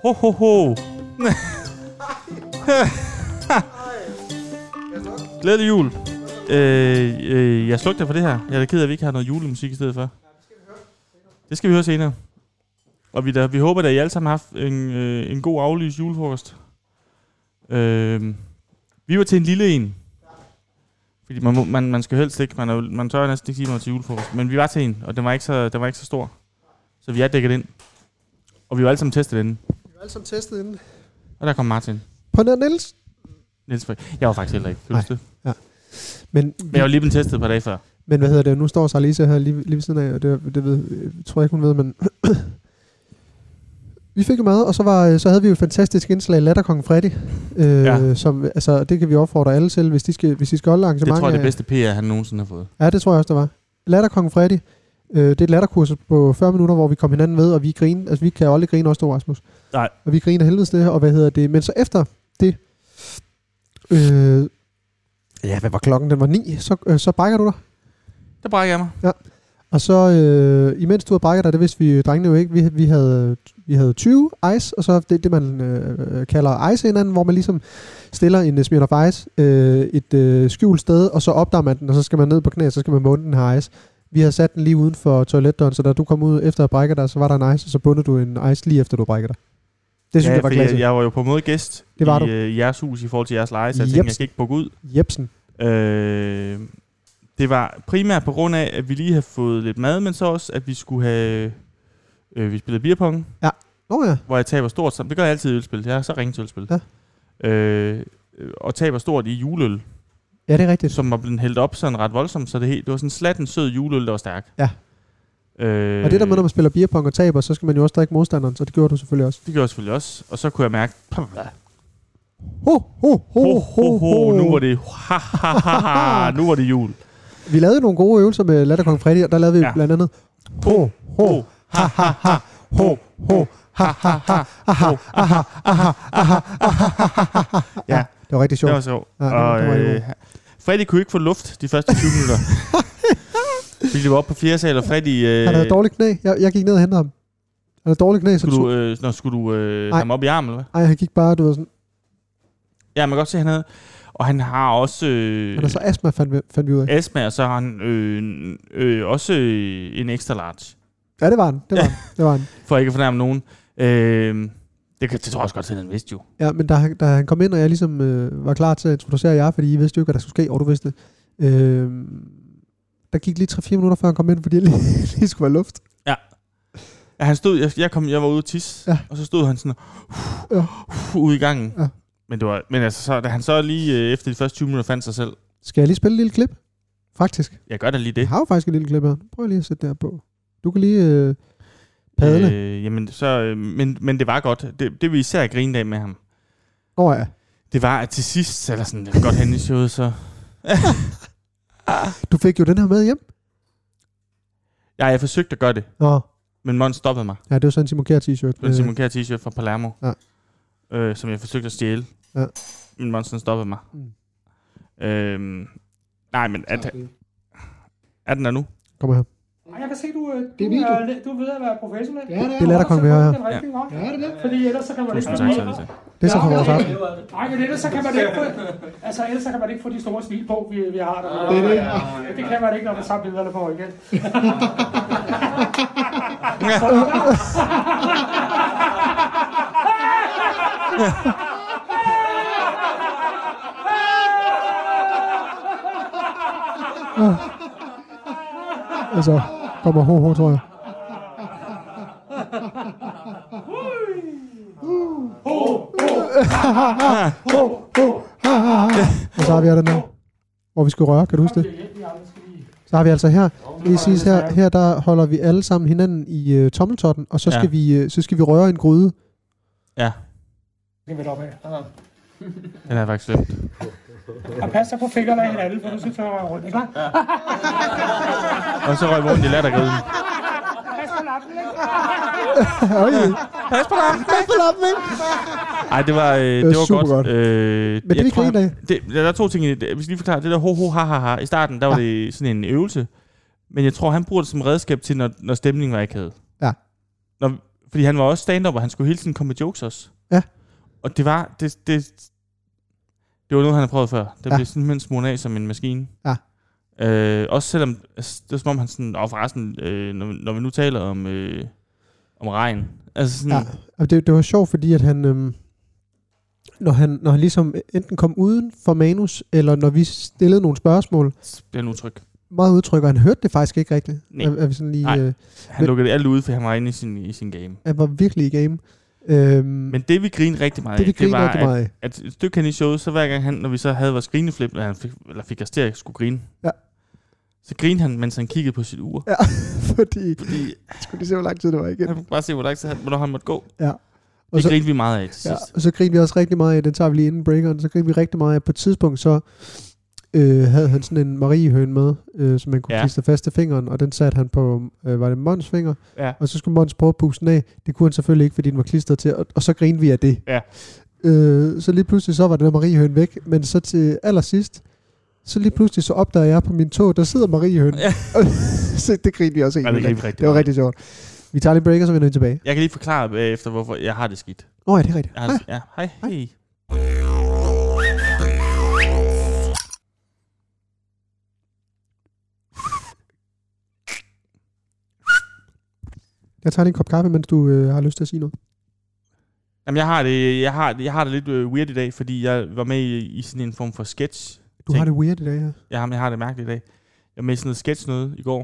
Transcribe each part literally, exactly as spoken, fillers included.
Ho, ho, ho. Glædelig jul. Øh, øh, jeg slugte for det her. Jeg er da ked af, at vi ikke har noget julemusik i stedet for. Det skal vi høre senere. Og vi, der, vi håber, at I alle sammen har haft en, øh, en god aflyst julefrokost. Øh, vi var til en lille en. Fordi man, man, man skal helst ikke, man, er, man tør næsten ikke sige mig til julefrokost. Men vi var til en, og den var ikke så, den var ikke så stor. Så vi er dækket ind. Og vi var alle sammen testet inden. Vi var alle sammen testet inden. Og der kom Martin. På nær Niels? Niels, jeg var faktisk heller ikke. Nej, det? Ja. Men, men jeg var lige blevet testet et par dage før. Men hvad hedder det? Nu står Sarlise her lige, lige ved siden af, og det, det ved, jeg tror jeg ikke, hun ved, men... Vi fik jo mad, og så, var, så havde vi jo et fantastisk indslag, Latterkongen Freddy. Øh, ja. Som, altså, det kan vi opfordre alle til, hvis de skal, hvis de skal holde arrangement. Det tror jeg er det bedste P R, han nogensinde har fået. Ja, det tror jeg også, det var. Latterkongen Freddy. Øh, det er et latterkurs på fyrre minutter, hvor vi kom hinanden ved, og vi griner. Altså, vi kan jo aldrig grine også, to, Rasmus. Nej. Og vi griner helvedes det, og hvad hedder det? Men så efter det... Øh, ja, hvad var klokken? Den var ni. Så, øh, så brækker du dig. Der brækker jeg mig. Ja. Og så, øh, imens du havde brækket dig, det vidste vi drengene jo ikke. Vi, vi, havde, vi havde tyve ice, og så det, det man øh, kalder ice hinanden, hvor man ligesom stiller en uh, Smirnoff Ice øh, et øh, skjult sted, og så opdager man den, og så skal man ned på knæ, så skal man bunde den her ice. Vi havde sat den lige uden for toiletdøren, så da du kom ud efter at brække dig, så var der en ice, og så bundede du en ice lige efter du brækkede dig. Det synes ja, jeg var klasse. Jeg, jeg var jo på en måde gæst det var i, du. Øh, jeres hus i forhold til jeres leje, så jeg tænkte, jeg skal ikke bukke ud. Jepsen. Øh, det var primært på grund af, at vi lige havde fået lidt mad, men så også, at vi skulle have... Øh, vi spillede beerpong. Ja. Nå ja. Hvor jeg taber stort. Det gør jeg altid i ølspil. Jeg har så ringet til ølspil. Ja. Øh, og taber stort i juleøl. Ja, det er rigtigt. Som var blevet hældt op sådan ret voldsomt, så det, helt, det var sådan en slatten sød juleøl, der var stærk. Ja. Øh, og det der med, når man spiller beerpong og taber, så skal man jo også drikke modstanderen, så det gjorde du selvfølgelig også. Det gjorde jeg selvfølgelig også. Og så kunne jeg mærke... Ho, ho, ho, ho, ho, ho. Nu var det... Ha, ha, ha, ha. Nu var det jul. Vi lavede nogle gode øvelser med Latterkongen Freddy, og der lavede vi ja. blandt andet... Ho, ho, ha, ha, ha, ho, ho, ha, ha, ha, aha, aha, aha, aha, aha. Ja, det var rigtig sjovt. Det var sjovt. Ja, og øh, Freddy kunne ikke få luft de første tyve minutter. Vi var oppe på fjerde sal, og Freddy... Øh, han havde dårligt knæ. Jeg, jeg gik ned og hentede ham. Han havde dårligt knæ. Skulle du, øh, når skulle du øh, have ham op i armen, eller hvad? Nej, han gik bare, du ved sådan... Ja, man kan godt se, han havde... Og han har også... Øh, han har så astma, fandt vi, fandt vi ud af. Astma, og så har han øh, øh, også øh, en extra large. Ja, det var han. Det var, han. Det var han. For ikke at fornærme nogen. Øh, det, det tror jeg også godt, at han vidste jo. Ja, men da han, da han kom ind, og jeg ligesom øh, var klar til at introducere jer, fordi I vidste jo ikke, hvad der skulle ske, og du vidste det. Øh, der gik lige tre fire minutter, før han kom ind, fordi jeg lige, lige skulle være luft. Ja. Ja, han stod... Jeg, jeg, kom, jeg var ude at tisse, ja. Og så stod han sådan... Uh, ja. uh, ude i gangen. Ja. Men, det var, men altså, så, da han så lige øh, efter de første tyve minutter fandt sig selv... Skal jeg lige spille et lille klip? Faktisk. Jeg gør da lige det. Jeg har jo faktisk et lille klip her. Prøv lige at sætte det her på. Du kan lige øh, padle. Øh, jamen, så, øh, men, men det var godt. Det, det vi især grinede af med ham. Åh oh, ja. Det var, at til sidst, eller sådan, det var godt hen i showet, så... Du fik jo den her med hjem. Ja, jeg forsøgte at gøre det. Nå. Men Mons stoppede mig. Ja, det var sådan en Simon Kjær t-shirt. Det var en Simon Kjær t-shirt fra Palermo. Ja. Øh, som jeg forsøgte at stjæle. Ja. Men Monsen stoppede mig. Mm. Øhm, nej, men er, er den der nu? Kom her. Jeg kan se, du, du, det er er, du ved at være professionel. Ja, det er. Det er Latterkongen, vi har her. Ja, det er det. Fordi ellers så kan man ikke... Det er så for vores aften. Nej, men ellers så kan man ikke få... Altså, ellers så kan man ikke få de store smil på, vi, vi har der. Det er det. Ja. Det kan man ikke, når man tager billederne på igen. Altså, kommer ho ho, tror jeg. Og så har vi her den her, hvor vi skal røre, kan du huske det? Så har vi altså her, lige sige her, her der holder vi alle sammen hinanden i uh, tommeltotten, og så skal, ja. vi, uh, så skal vi røre en gryde. Ja. Det vil op af. Den er faktisk slemt. Og pas dig på fingrene af hinanden, for du skal tørre rundt, ikke? Og så røg vi rundt i lattergryden. Pas på lappen, ikke? Pas på lappen, pas på lappen, ikke? Ej, det var, øh, det, det var super godt. godt. Øh, Men det vi griner af. Det, der er to ting i det. Jeg vil lige forklare, det der ho ho ha ha ha. I starten, der ja. var det sådan en øvelse. Men jeg tror, han bruger det som redskab til, når, når stemningen var akavet. Ja. Når, Fordi han var også stand-up, og han skulle hele tiden komme med jokes også. Ja. Og det var, det, det, det var noget, han havde prøvet før. Det ja. blev simpelthen smurt af som en maskine. Ja. Øh, også selvom, altså, det er som om han sådan, og forresten, øh, når, når vi nu taler om, øh, om regn. Altså sådan, ja, og det, det var sjovt, fordi at han, øhm, når han, når han ligesom enten kom uden for manus, eller når vi stillede nogle spørgsmål, det er en utryg. meget udtryk, og han hørte det faktisk ikke rigtigt. Nej. Er, er vi sådan lige, Nej. Øh, Han men, lukkede alt ud, for han var inde i sin, i sin game. Han var virkelig i game. Øhm, Men det vi grinede rigtig meget det, vi af, det var, rigtig meget af. at, at et stykke hen i showet, så hver gang han, når vi så havde vores grineflip, eller han fik, eller fik os til at skulle grine, ja. så grinede han, mens han kiggede på sit ur. Ja, fordi... fordi skulle lige se, hvor lang tid det var igen. Han kunne bare se, hvor lang tid han, hvornår han måtte gå. Ja. Og det så, grinede vi meget af til sidst. Ja, og så grinede vi også rigtig meget af, den tager vi lige inden breakeren, så grinede vi rigtig meget af. På et tidspunkt så øh, havde han sådan en mariehøn med, øh, som man kunne ja. klistre fast til fingeren, og den satte han på, øh, var det Mons finger? Ja. Og så skulle Mons prøve at puste den af. Det kunne han selvfølgelig ikke, fordi den var klistret til, og, og så grinede vi af det. Ja. Øh, så lige pludselig så var den der mariehøn væk, men så til allersidst, så lige pludselig så opdager jeg på min tog, der sidder mariehøn. Ja. Så det grinede vi også ikke. Ja, det, rigtig det var rigtig sjovt. Vi tager lige breaker, så vender vi tilbage. Jeg kan lige forklare bagefter, hvorfor jeg har det skidt. Åh, oh, ja, det er rigtigt. Jeg har, ja, hej. Hej. Hey. Jeg tager lige en kop kaffe, mens du øh, har lyst til at sige noget. Jamen, jeg har det, jeg har, jeg har det lidt øh, weird i dag, fordi jeg var med i, i sådan en form for sketch. Du har det weird i dag, ja? Ja, jeg har det mærkeligt i dag. Jeg var med i sådan noget sketch noget i går.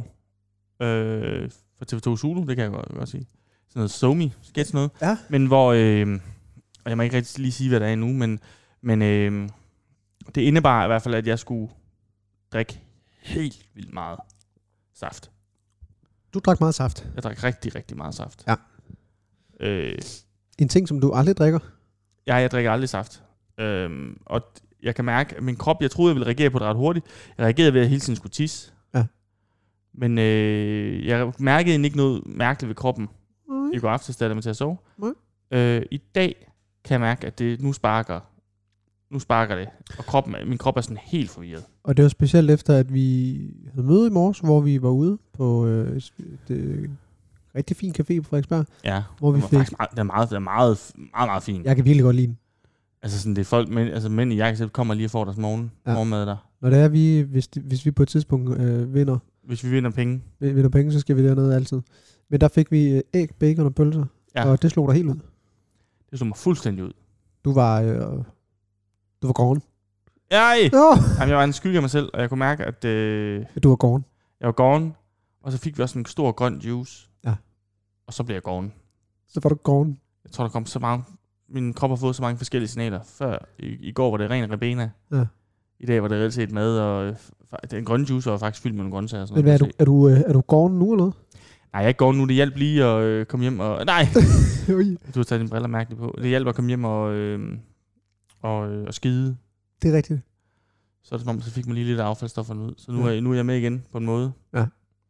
Øh, for T V to Zulu, det kan jeg godt, godt sige. Sådan noget Somi sketch noget. Ja. Men hvor, øh, og jeg må ikke rigtig lige sige, hvad der er endnu, men, men øh, det indebar i hvert fald, at jeg skulle drikke helt vildt meget saft. Du drak meget saft? Jeg drak rigtig, rigtig meget saft. Ja. Øh, en ting, som du aldrig drikker? Ja, jeg drikker aldrig saft. Øh, og jeg kan mærke, at min krop, jeg troede, jeg ville reagere på det ret hurtigt. Jeg reagerede ved, at jeg hele tiden skulle tisse. Ja. Men øh, jeg mærkede egentlig ikke noget mærkeligt ved kroppen. Nej. I går aftes, da jeg med til at sove. Nej. Øh, I dag kan jeg mærke, at det nu sparker. Nu sparker det. Og kroppen, min krop er sådan helt forvirret. Og det var specielt efter, at vi havde møde i morges, hvor vi var ude på øh, et øh, rigtig fin café på Frederiksberg. Ja, hvor vi det, fik... meget, det er meget, det er meget, meget, meget fint. Jeg kan virkelig godt lide den. Altså sådan, det er folk, men, altså mænd i jakkesæt kommer lige og får deres morgen, ja. morgenmad der. Når det er, vi, hvis, hvis vi på et tidspunkt øh, vinder... Hvis vi vinder penge. Vinder penge, så skal vi dernede altid. Men der fik vi øh, æg, bacon og pølser. Ja. Og det slog dig helt ud. Det slog mig fuldstændig ud. Du var... Øh, du var gone. Ej! Oh. Jamen, jeg var en skygge af mig selv, og jeg kunne mærke, at... Øh, du var gone. Jeg var gone, og så fik vi også en stor grøn juice. Ja. Og så blev jeg gone. Så var du gone. Jeg tror, der kom så mange... Min krop har fået så mange forskellige signaler. Før i, i går var det ren Ribena. Ja. I dag var det reelt set mad, og den grønne juice var faktisk fyldt med nogle grøntsager. Men hvad, er, du, er, du, er du gone nu, eller noget? Nej, jeg er ikke gone nu. Det hjalp lige at øh, komme hjem og... Nej! Du har taget dine briller mærkeligt på. Det hjalp at komme hjem og, øh, og, øh, og skide. Det er rigtigt. Så, er det, som om, så fik man lige lidt affaldsstofferne ud. Så nu, ja. er, nu er jeg med igen på en måde. Ja.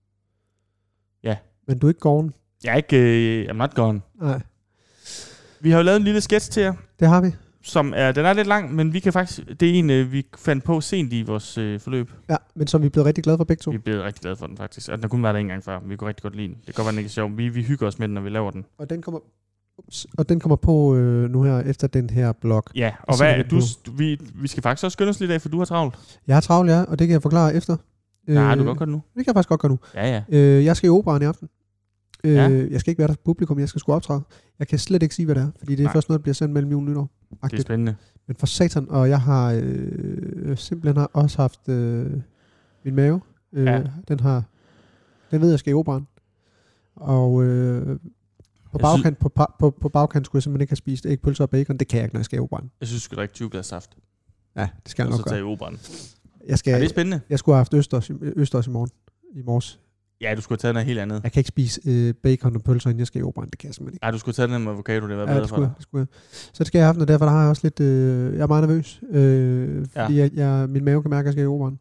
Ja. Men du er ikke gone? Jeg er ikke... Øh, I'm not gone. Nej. Vi har jo lavet en lille sketch til jer. Det har vi. Som er, den er lidt lang, men vi kan faktisk, det er en, øh, vi fandt på sent i vores øh, forløb. Ja, men som vi er blevet rigtig glade for begge to. Vi er blevet rigtig glade for den faktisk. Og den har kun været der en gang før. Vi kunne rigtig godt lide den. Det kan godt være, den ikke er sjov. Vi, vi hygger os med den, når vi laver den. Og den kommer, ups, og den kommer på øh, nu her, efter den her blog. Ja, og hvad, du, du, vi, vi skal faktisk også skynde os lidt af, for du har travlt. Jeg har travlt, ja, og det kan jeg forklare efter. Nej, øh, du kan godt gøre det nu. Det kan jeg faktisk godt gøre nu. Ja, ja. Øh, jeg skal i operaen i aften. Øh, ja. Jeg skal ikke være der publikum, jeg skal sgu optræde. Jeg kan slet ikke sige, hvad det er, fordi det er Nej. først noget, der bliver sendt mellem jul og nytår. Det er spændende. Men for satan, og jeg har øh, simpelthen har også haft øh, min mave. Øh, ja. Den har, den ved jeg skal i operaen. Og øh, på, bagkant, på, på, på bagkant skulle jeg simpelthen ikke have spist æg, pølser og bacon. Det kan jeg ikke, når jeg skal i operaen. Jeg synes, du skal drikke tyve glas saft. Ja, det skal jeg og nok så gøre. tage i operaen. Jeg skal, ja, det er spændende. Jeg skulle have haft østers, østers i morgen. I morges. Ja, du skulle have taget noget helt andet. Jeg kan ikke spise øh, bacon og pølser, inden jeg skal i operaen. Det kan jeg simpelthen ikke. Nej, du skulle have taget noget med avocado, det var bedre ja, det for dig. Jeg, det skulle jeg. Så det skal jeg have haft, og derfor har jeg også lidt... Øh, jeg er meget nervøs, øh, fordi ja. jeg, jeg, min mave kan mærke, at jeg skal i operaen.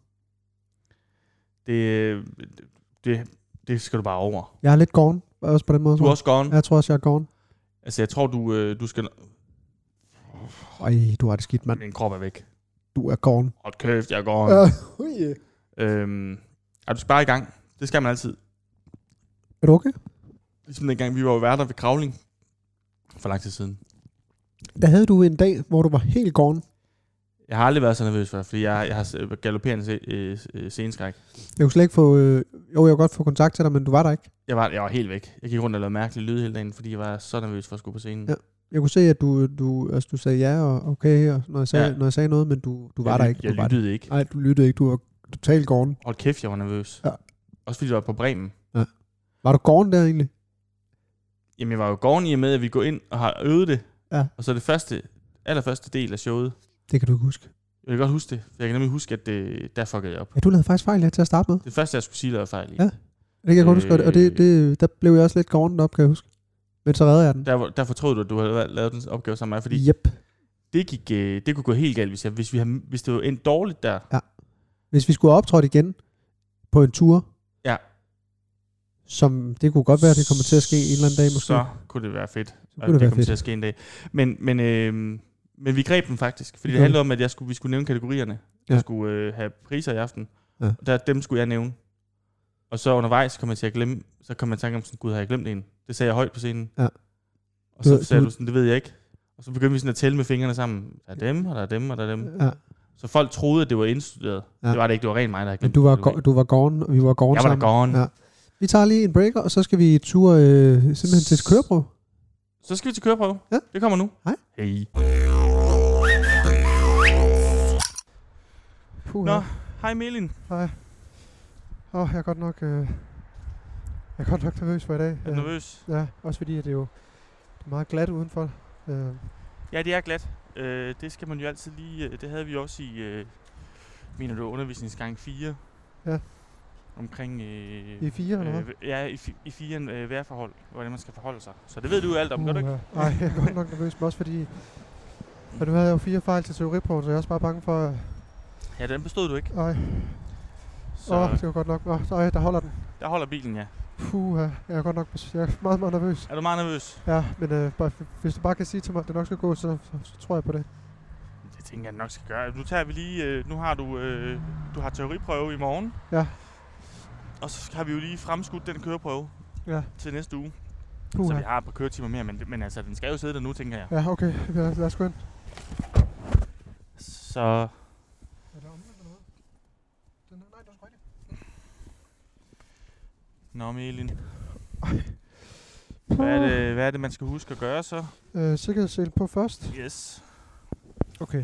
Det, det, det skal du bare over. Jeg er lidt gone, også på den måde. Du er også gone? Jeg tror også, jeg er gone. Altså, jeg tror, du, øh, du skal... Ej, du har det skidt, mand. Min krop er væk. Du er gone. Hold kæft, jeg er gone. Uh, uh, yeah. øhm, er du skal bare i gang? Det skal man altid. Er du okay? Ligesom dengang, vi var jo værter ved kravling. For lang tid siden. Der havde du en dag, hvor du var helt gone. Jeg har aldrig været så nervøs for, fordi jeg, jeg har galopperende se, øh, øh, sceneskræk. Jeg kunne slet ikke få... Øh, jo, jeg kunne godt få kontakt til dig, men du var der ikke. Jeg var, jeg var helt væk. Jeg gik rundt og lavede mærkelige lyde hele dagen, fordi jeg var så nervøs for at skulle på scenen. Ja. Jeg kunne se, at du, du, altså, du sagde ja og okay, og når, jeg sagde, ja. når jeg sagde noget, men du, du var jeg, der ikke. Jeg du lyttede var ikke. Nej, du lyttede ikke. Du var totalt gone. Hold kæft, jeg var nervøs. Ja. Også fordi du var på Bremen. Ja. Var du gone der egentlig? Jamen, jeg var jo gone i og med, at vi går ind og har øvet det. Ja. Og så det første, allerførste del af showet. Det kan du ikke huske. Jeg kan godt huske det. Jeg kan nemlig huske, at det, der fuckede jeg op. Ja, du lavede faktisk fejl her til at starte med. Det første, jeg skulle sige, lavede fejl i. Ja, det kan jeg godt huske. Og det, det, der blev jeg også lidt gone op, kan jeg huske. Men så redder jeg den. Der, der fortrød du, at du havde lavet den opgave sammen med mig, fordi yep. det, gik, det kunne gå helt galt, hvis, jeg, hvis, vi havde, hvis det var endt dårligt der. Ja. Hvis vi skulle optrådt igen på en tur, ja. som det kunne godt være, at det kommer til at ske en eller anden dag måske. Så kunne det være fedt, så kunne det, det det kommer til at ske en dag. Men, men, øh, men vi greb den faktisk, fordi okay. det handlede om, at jeg skulle, vi skulle nævne kategorierne. Ja. Jeg skulle øh, have priser i aften, ja. Og der, dem skulle jeg nævne. Og så undervejs kom jeg til at glemme, så kom jeg til at tænke om, sådan, gud, har jeg glemt en? Det sagde jeg højt på scenen. Ja. Og så du, sagde du, du sådan, det ved jeg ikke. Og så begyndte vi sådan at tælle med fingrene sammen. Der er dem, og der er dem, og der er dem. Ja. Så folk troede, at det var indstuderet. Ja. Det var det ikke, det var rent mig, der havde glemt. Men du var, go- du var gone, og vi var gone jeg sammen. Jeg var gone. Ja. Vi tager lige en breaker, og så skal vi tur øh, simpelthen til køreprøve. Så skal vi til køreprøve. Ja. Det kommer nu. Hej. Hej. Puh, Nå, hej Melin. Hej. Åh, oh, jeg er godt nok... Øh, jeg er godt nok nervøs for i dag. Er du nervøs? Ja, også fordi at det er jo det er meget glat udenfor. Øh. Ja, det er glat. Øh, det skal man jo altid lige... Øh, det havde vi også i... Øh, mener du, undervisningsgang fire? Ja. Omkring... Øh, I fire, eller hvad? Øh, ja, i, fi, i fire øh, vejrforhold, hvordan man skal forholde sig. Så det ved du jo alt om, uh, gør du ikke? Nej, jeg er godt nok nervøs, men også fordi... Og du havde jo fire fejl til teoriprøven, så jeg er også bare bange for... Ja, den bestod du ikke. Nej. Så Åh, oh, det var godt nok. Åh, oh, der holder den. Der holder bilen, ja. Puh, jeg er godt nok jeg er meget, meget nervøs. Er du meget nervøs? Ja, men øh, bare, hvis du bare kan sige til mig, at det nok skal gå, så, så, så tror jeg på det. Det tænker jeg nok skal gøre. Nu tager vi lige... Øh, nu har du... Øh, du har teoriprøve i morgen. Ja. Og så har vi jo lige fremskudt den køreprøve. Ja. Til næste uge. Puh, så vi har et par køretimer mere, men, men altså, den skal jo sidde der nu, tænker jeg. Ja, okay. Lad, lad os gå ind. Så... Er der omvendt eller hvad? Den, nej, der er rigtigt. Nå, Melin. Hvad er, det, hvad er det, man skal huske at gøre så? Øh, sikkerhedssel på først. Yes. Okay.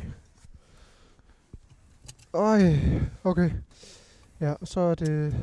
Øj, okay. Ja, og så er det...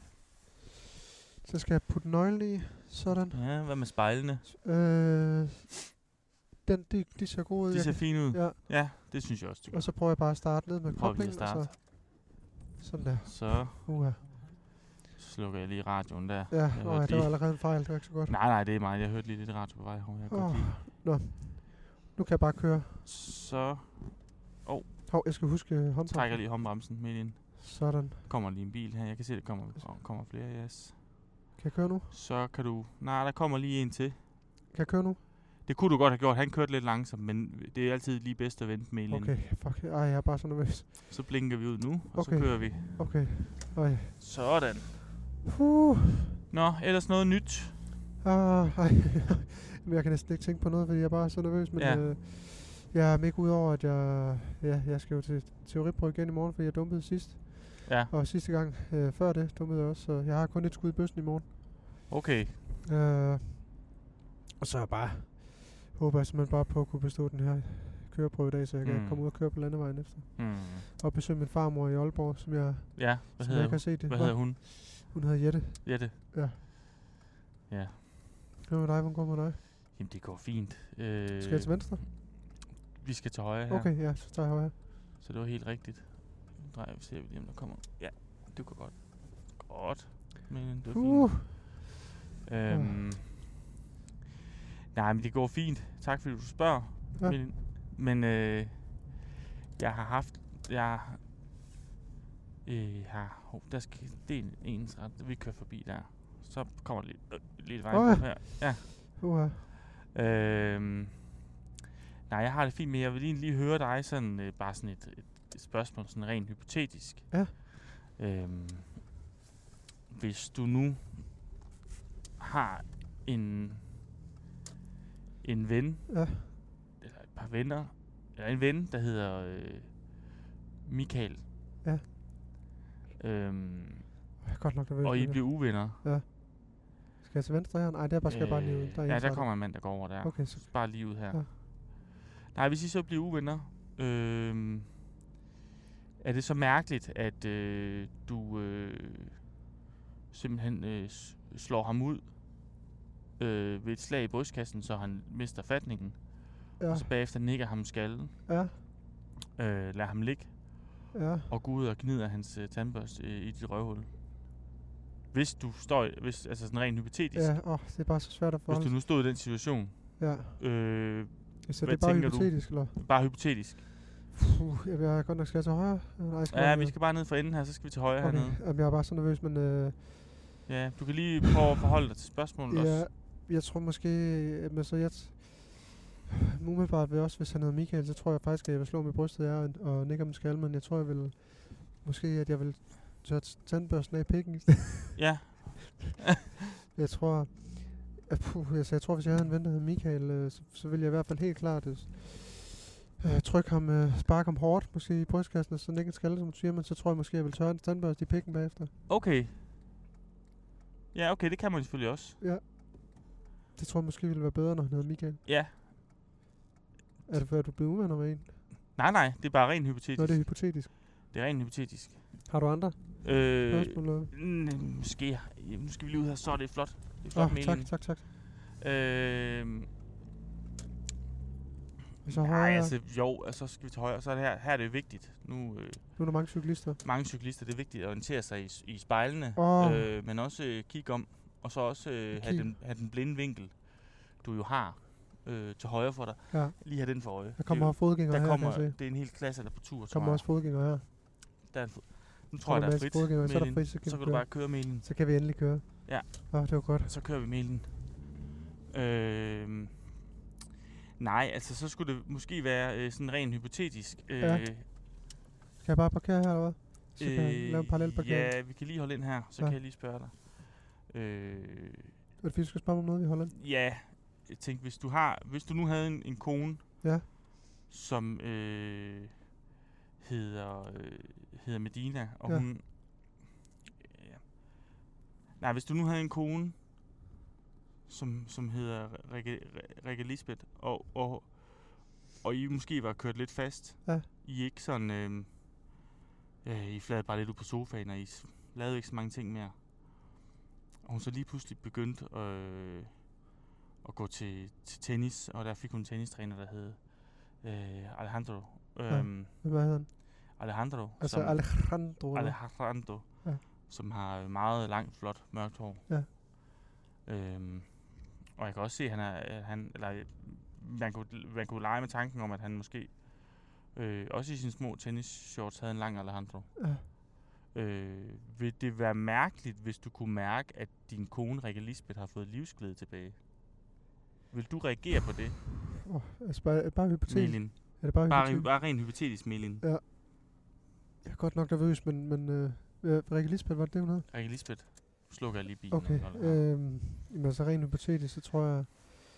Så skal jeg putte nøglen i. Sådan. Ja, hvad med spejlene? Øh, den, de, de ser gode ud. De ser fine ud? Ja. Ja, det synes jeg også. Og så prøver jeg bare at starte ned med koblingen. Så. Sådan der. Så. Uh-huh. Så slukker jeg lige radioen der. Ja, nej, det var allerede en fejl. Det var ikke så godt. Nej, nej, det er mig. Jeg hørte lige lidt radio på vej herovre. Jeg oh. Nå. Nu kan jeg bare køre. Så. Åh. Oh. Hov, jeg skal huske håndbremsen. Trækker lige håndbremsen midt ind. Sådan. Kommer lige en bil her. Jeg kan se, at der kommer, kommer flere, yes. Kan jeg køre nu? Så kan du... Nej, der kommer lige en til. Kan jeg køre nu? Det kunne du godt have gjort. Han kørte lidt langsomt, men det er altid lige bedst at vente med Elin. Okay, fuck. Ej, jeg er bare så nervøs. Så blinker vi ud nu, og okay. så kører vi. Okay. Ej. Sådan. Uh. Nå, ellers noget nyt? Ah, ej. Men jeg kan næsten ikke tænke på noget, fordi jeg er bare så nervøs. Men ja. øh, jeg er ikke ud over, at jeg... Ja, jeg skal jo til teoriprøve igen i morgen, fordi jeg dumpede sidst. Ja. Og sidste gang øh, før det dumpede jeg også, så jeg har kun et skud i bøssen i morgen. Okay. Øh, og så er jeg bare... Håber jeg simpelthen bare på at kunne bestå den her køreprøve i dag, så jeg mm. kan komme ud og køre på landevejen efter. Mm. Og besøge min farmor i Aalborg, som jeg... Ja, hvad hedder, jeg kan se det. Hvad hedder hun? Hun hedder Jette. Jette? Ja. Ja. Hvad med dig? Hvordan går med dig? Jamen, det går fint. Øh, skal jeg til venstre? Vi skal til højre her. Okay, ja, så tager jeg højre. Så det var helt rigtigt. Nu drejer vi, ser vi lige, om der kommer... Ja, det går godt. Godt. Men det var uh. fint. Øhm, uh. Nej, men det går fint. Tak fordi du spørger. Ja. Men, men øh, jeg har haft... Jeg øh, har... Oh, der skal... Det er en ensret. Vi kører forbi der. Så kommer der lidt, øh, lidt vej oh, ja. her. Ja. Uh-huh. Øhm, nej, jeg har det fint, men jeg vil lige, lige høre dig sådan... Øh, bare sådan et, et, et spørgsmål, sådan rent hypotetisk. Ja. Øhm, hvis du nu har en... en ven, Ja. eller et par venner, eller en ven, der hedder øh, Michael. Ja. Øhm, Jeg er godt nok nervøs. og I med det. bliver uvenner. Ja. Skal jeg til venstre her? Nej, det er bare, skal jeg bare lige ud. Der er ja, der ensrettet. kommer en mand, der går over der. Okay, så Bare lige ud her. Ja. Nej, hvis I så bliver uvenner, øh, er det så mærkeligt, at øh, du øh, simpelthen øh, s- slår ham ud øh, ved et slag i brystkassen, så han mister fatningen, ja, og så bagefter nikker ham skallen, ja, øh, lader ham ligge, ja. og går ud og gnider hans øh, tandbørste øh, i dit røvhul. Hvis du står, i- hvis, altså sådan rent hypotetisk, Ja, åh, det er bare så svært at hvis forholde du nu stod i den situation, Ja, øh, så det hvad er bare tænker du? hypotetisk, eller? bare hypotetisk. Puh, jeg vil godt nok skal jeg til højre. Nej, jeg skal Ja, bare- vi skal bare ned for enden her, så skal vi til højre okay. hernede. Jamen, jeg er bare så nervøs, men øh, Ja, du kan lige prøve at forholde dig til spørgsmålet ja, også. jeg tror måske, men så jeg t- umiddelbart vil også, hvis han hedder Michael, så tror jeg faktisk, at jeg vil slå med brystet af og, og nikke ham skal, men jeg tror, jeg vil, måske at jeg vil tørre t- tandbørsten af i pikken. Ja, Jeg tror, at, puh, altså, jeg tror, hvis jeg havde en ven, der hed Michael, øh, så, så ville jeg i hvert fald helt klart øh, øh, trykke ham, øh, sparke ham hårdt, måske i brystkassen, og så nikke en skalle, som du siger, men så tror jeg måske, jeg vil tørre en tandbørste i pikken bagefter. okay. Ja, okay, det kan man selvfølgelig også. Det tror jeg måske ville være bedre, når han hedder Michael. Ja. Er det før, du blev uvenner med en? Nej, nej, det er bare rent hypotetisk. Nå, det er hypotetisk. det er rent hypotetisk. Har du andre Øh, spørgsmål? eller? mm, måske. Ja, nu skal vi lige ud her, så er det flot. Det er flot Åh, med tak, tak, tak. Øh, Så nej, højre. altså, jo, altså, så skal vi til højre. Så er det her, her er det vigtigt. Nu, øh, Nu er der mange cyklister. mange cyklister, det er vigtigt at orientere sig i, i spejlene, Åh. øh, men også øh, kigge om, og så også øh, have, Kig. den, have den blinde vinkel, du jo har øh, til højre for dig. Ja. Lige have den for øje. Der Det kommer er jo- også fodgængere der her, kommer, kan jeg se. det er en hel klasse, der er på tur, Der tror kommer jeg. også fodgængere her. Der er en fod. Nu tror jeg, der er frit. Fodgængere, så er der Melin. frit, så kan, Så vi kan du køre. bare køre Melin. Så kan vi endelig køre. Ja. Åh, det var godt. Så kører vi Melin. Øh, nej, altså så skulle det måske være øh, sådan rent hypotetisk. Øh, Ja. Kan jeg bare parkere her, eller hvad? Så kan jeg lave en parallel parkering. Ja, vi kan lige holde ind her, så Ja. kan jeg lige spørge dig. Øh, Er det fordi, du skal spørge mig om noget, vi holder? ja, jeg tænkte, hvis du har, hvis du nu havde en, en kone, Ja. som øh, hedder øh, hedder Medina, og Ja. hun, ja. Nej, hvis du nu havde en kone, som som hedder Rikke, Rikke Lisbeth, og og og I måske var kørt lidt fast. Ja. I ikke sådan, øh, øh, I flade bare lidt ud på sofaen, og I s- lavede ikke så mange ting mere. Og hun så lige pludselig begyndte øh, at gå til, til tennis, og der fik hun en tennistræner, der hed øh, Alejandro. Ja. Øhm, Hvad hedder han? Alejandro. Altså som, Alejandro. eller? Alejandro, Ja. som har meget langt, flot, mørkt hår. Ja. Øhm, og jeg kan også se, at han er, han, eller, man, kunne, man kunne lege med tanken om, at han måske øh, også i sine små tennisshorts havde en lang Alejandro. Ja. Øh, vil det være mærkeligt, hvis du kunne mærke, at din kone, Rikke Lisbeth, har fået livsglæde tilbage? Vil du reagere på det, Åh, altså bare, bare hypotetisk. Melin? Er det bare Bare, hypotetisk? bare rent hypotetisk, Melin. Jeg er godt nok nervøs, men, men øh, øh, Rikke Lisbeth, var det det, hun hed? Rikke Lisbeth, slukker jeg lige bilen. Okay, og holder her. øhm, jamen altså rent hypotetisk, så tror jeg,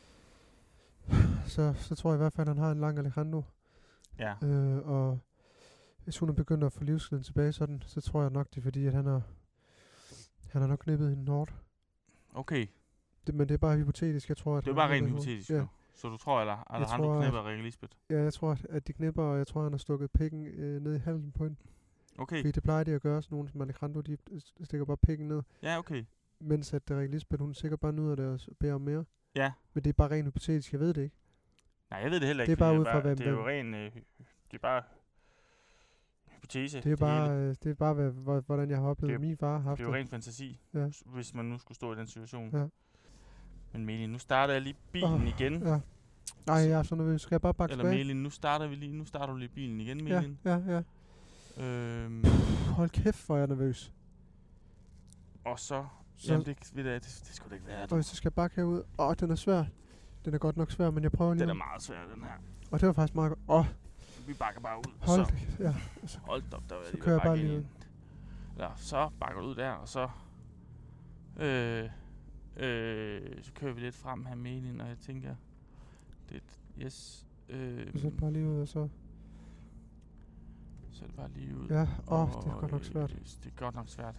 så, så tror jeg i hvert fald, at han har en lang Alejandro. Ja, Øh, og hvis hun er begyndt at få livsglæden tilbage sådan, så tror jeg nok, det er fordi, at han har, han har nok knippet hende hårdt. okay. Det, men det er bare hypotetisk, jeg tror, at Det er han bare har rent knippet hypotetisk hårdt. nu. Så du tror, eller Alejandro tror, at- knipper Rikke Lisbeth? Ja, ja, jeg tror, at, at de knipper, og jeg tror, han har stukket pikken øh, ned i halsen på hende. Okay, Fordi det plejer de at gøre, sådan nogen som Alejandro, de st- stikker bare pikken ned. ja, okay. Mens at Rikke Lisbeth, hun sikkert bare nyder det og s- beder om mere. Ja. Men det er bare rent hypotetisk, jeg ved det ikke. Nej, jeg ved det heller Det ikke. er bare fordi ud fra, hvad- det er jo hvad- ren, øh, hy- det er bare hypotese. Det er bare, hele. øh, det er bare hvad, hvor- hvordan jeg har oplevet, Det er- at min far har haft Det er jo ren fantasi, Ja. s- hvis man nu skulle stå i den situation. Ja. Men Melin, nu starter jeg lige bilen Åh, igen. Ja. Nej, jeg er så nervøs. Skal jeg bare bakke Eller tilbage? Melin, nu starter vi lige. Nu starter du lige bilen igen, Ja, Melin. ja, ja. Øhm, Hold kæft, hvor er jeg nervøs. og så... Så- Jamen, det, ved du, hvad, det, det skulle det ikke være. Og så skal jeg bakke herud. Åh, den er svær. Den er godt nok svær, men jeg prøver lige. Den er meget svær, den her. Og det var faktisk meget godt. Åh, Vi bakker bare ud. hold Så, det. Ja. hold da op, der var Så lige ved kører at jeg bare bakke lige ind. Ja, så bakker du ud der, og så... Øh, øh, så kører vi lidt frem her, Melin, og jeg tænker... Det, yes. Øh, Du sætter bare lige ud, og så... Så er det bare lige ud. Ja, åh, og, oh, det er godt nok svært. Øh, det er godt nok svært.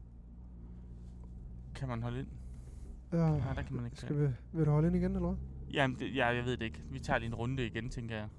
Kan man holde ind? Ja, Nej, der kan man ikke. skal vi, vil du holde ind igen, eller hvad? Jamen, det, ja, jeg ved det ikke. Vi tager lige en runde igen, tænker jeg.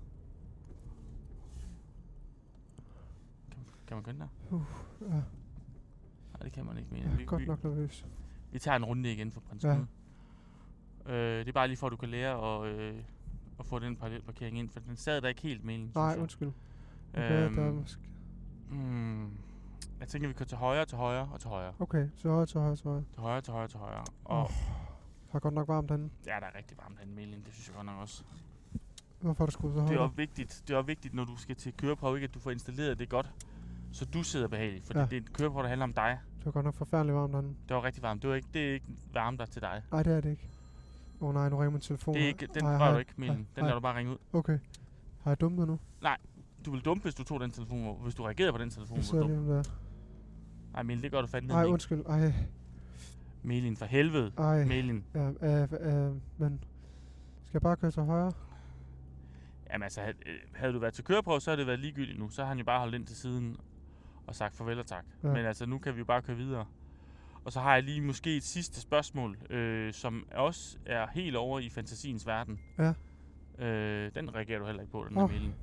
Kan, kan man gøre den der? Uh, ja. Nej, det kan man ikke mere. Jeg er Vi, godt vi, nok nervøs. vi tager en runde igen for prins Ja. Knud. Øh, det er bare lige for, at du kan lære at, øh, at få den parallelparkering ind, for den sad der ikke helt med. Nej, undskyld. Okay, Øhm, der er måske... hmm, jeg tænker, vi kan til højre, til højre og til højre. Okay, så højre, så højre, så højre. Til højre, til højre, til højre. Og Oh, der er godt nok varmt derinde. ja, der er rigtig varmt herinde, Melin. Det synes jeg godt nok også. Hvorfor er du skruet så Det er højt? også vigtigt, det er også vigtigt, når du skal til køreprøve, ikke, at du får installeret det godt, så du sidder behageligt. Fordi Ja. det er et køreprøve, der handler om dig. Det var godt nok forfærdeligt varmt derinde. Det var rigtig varmt. Det, var ikke, det er ikke varmt der til dig. Nej, det er det ikke. Åh oh, nej, nu ringer min telefon. Det er ikke, den Ej, rører hej. du ikke, Melin. Den Hej. lader du bare ringe ud. Okay. Har jeg dumpet nu? Du vil dumpe, hvis du tog den telefon, hvor- hvis du reagerede på den telefon. Jeg Hvor sidder du lige om der. Nej, Melin, det gør du fandme Ej, ikke. undskyld. Ej, Melin, for helvede. ej. Melin. Ja, øh, øh, men... Skal jeg bare køre til højre? Jamen altså, had- øh, havde du været til køreprøve, så havde det været ligegyldigt nu. Så har han jo bare holdt ind til siden og sagt farvel og tak. Ja. Men altså, nu kan vi jo bare køre videre. Og så har jeg lige måske et sidste spørgsmål, øh, som også er helt over i fantasiens verden. Ja. Øh, den reagerer du heller ikke på, den her Åh. melding.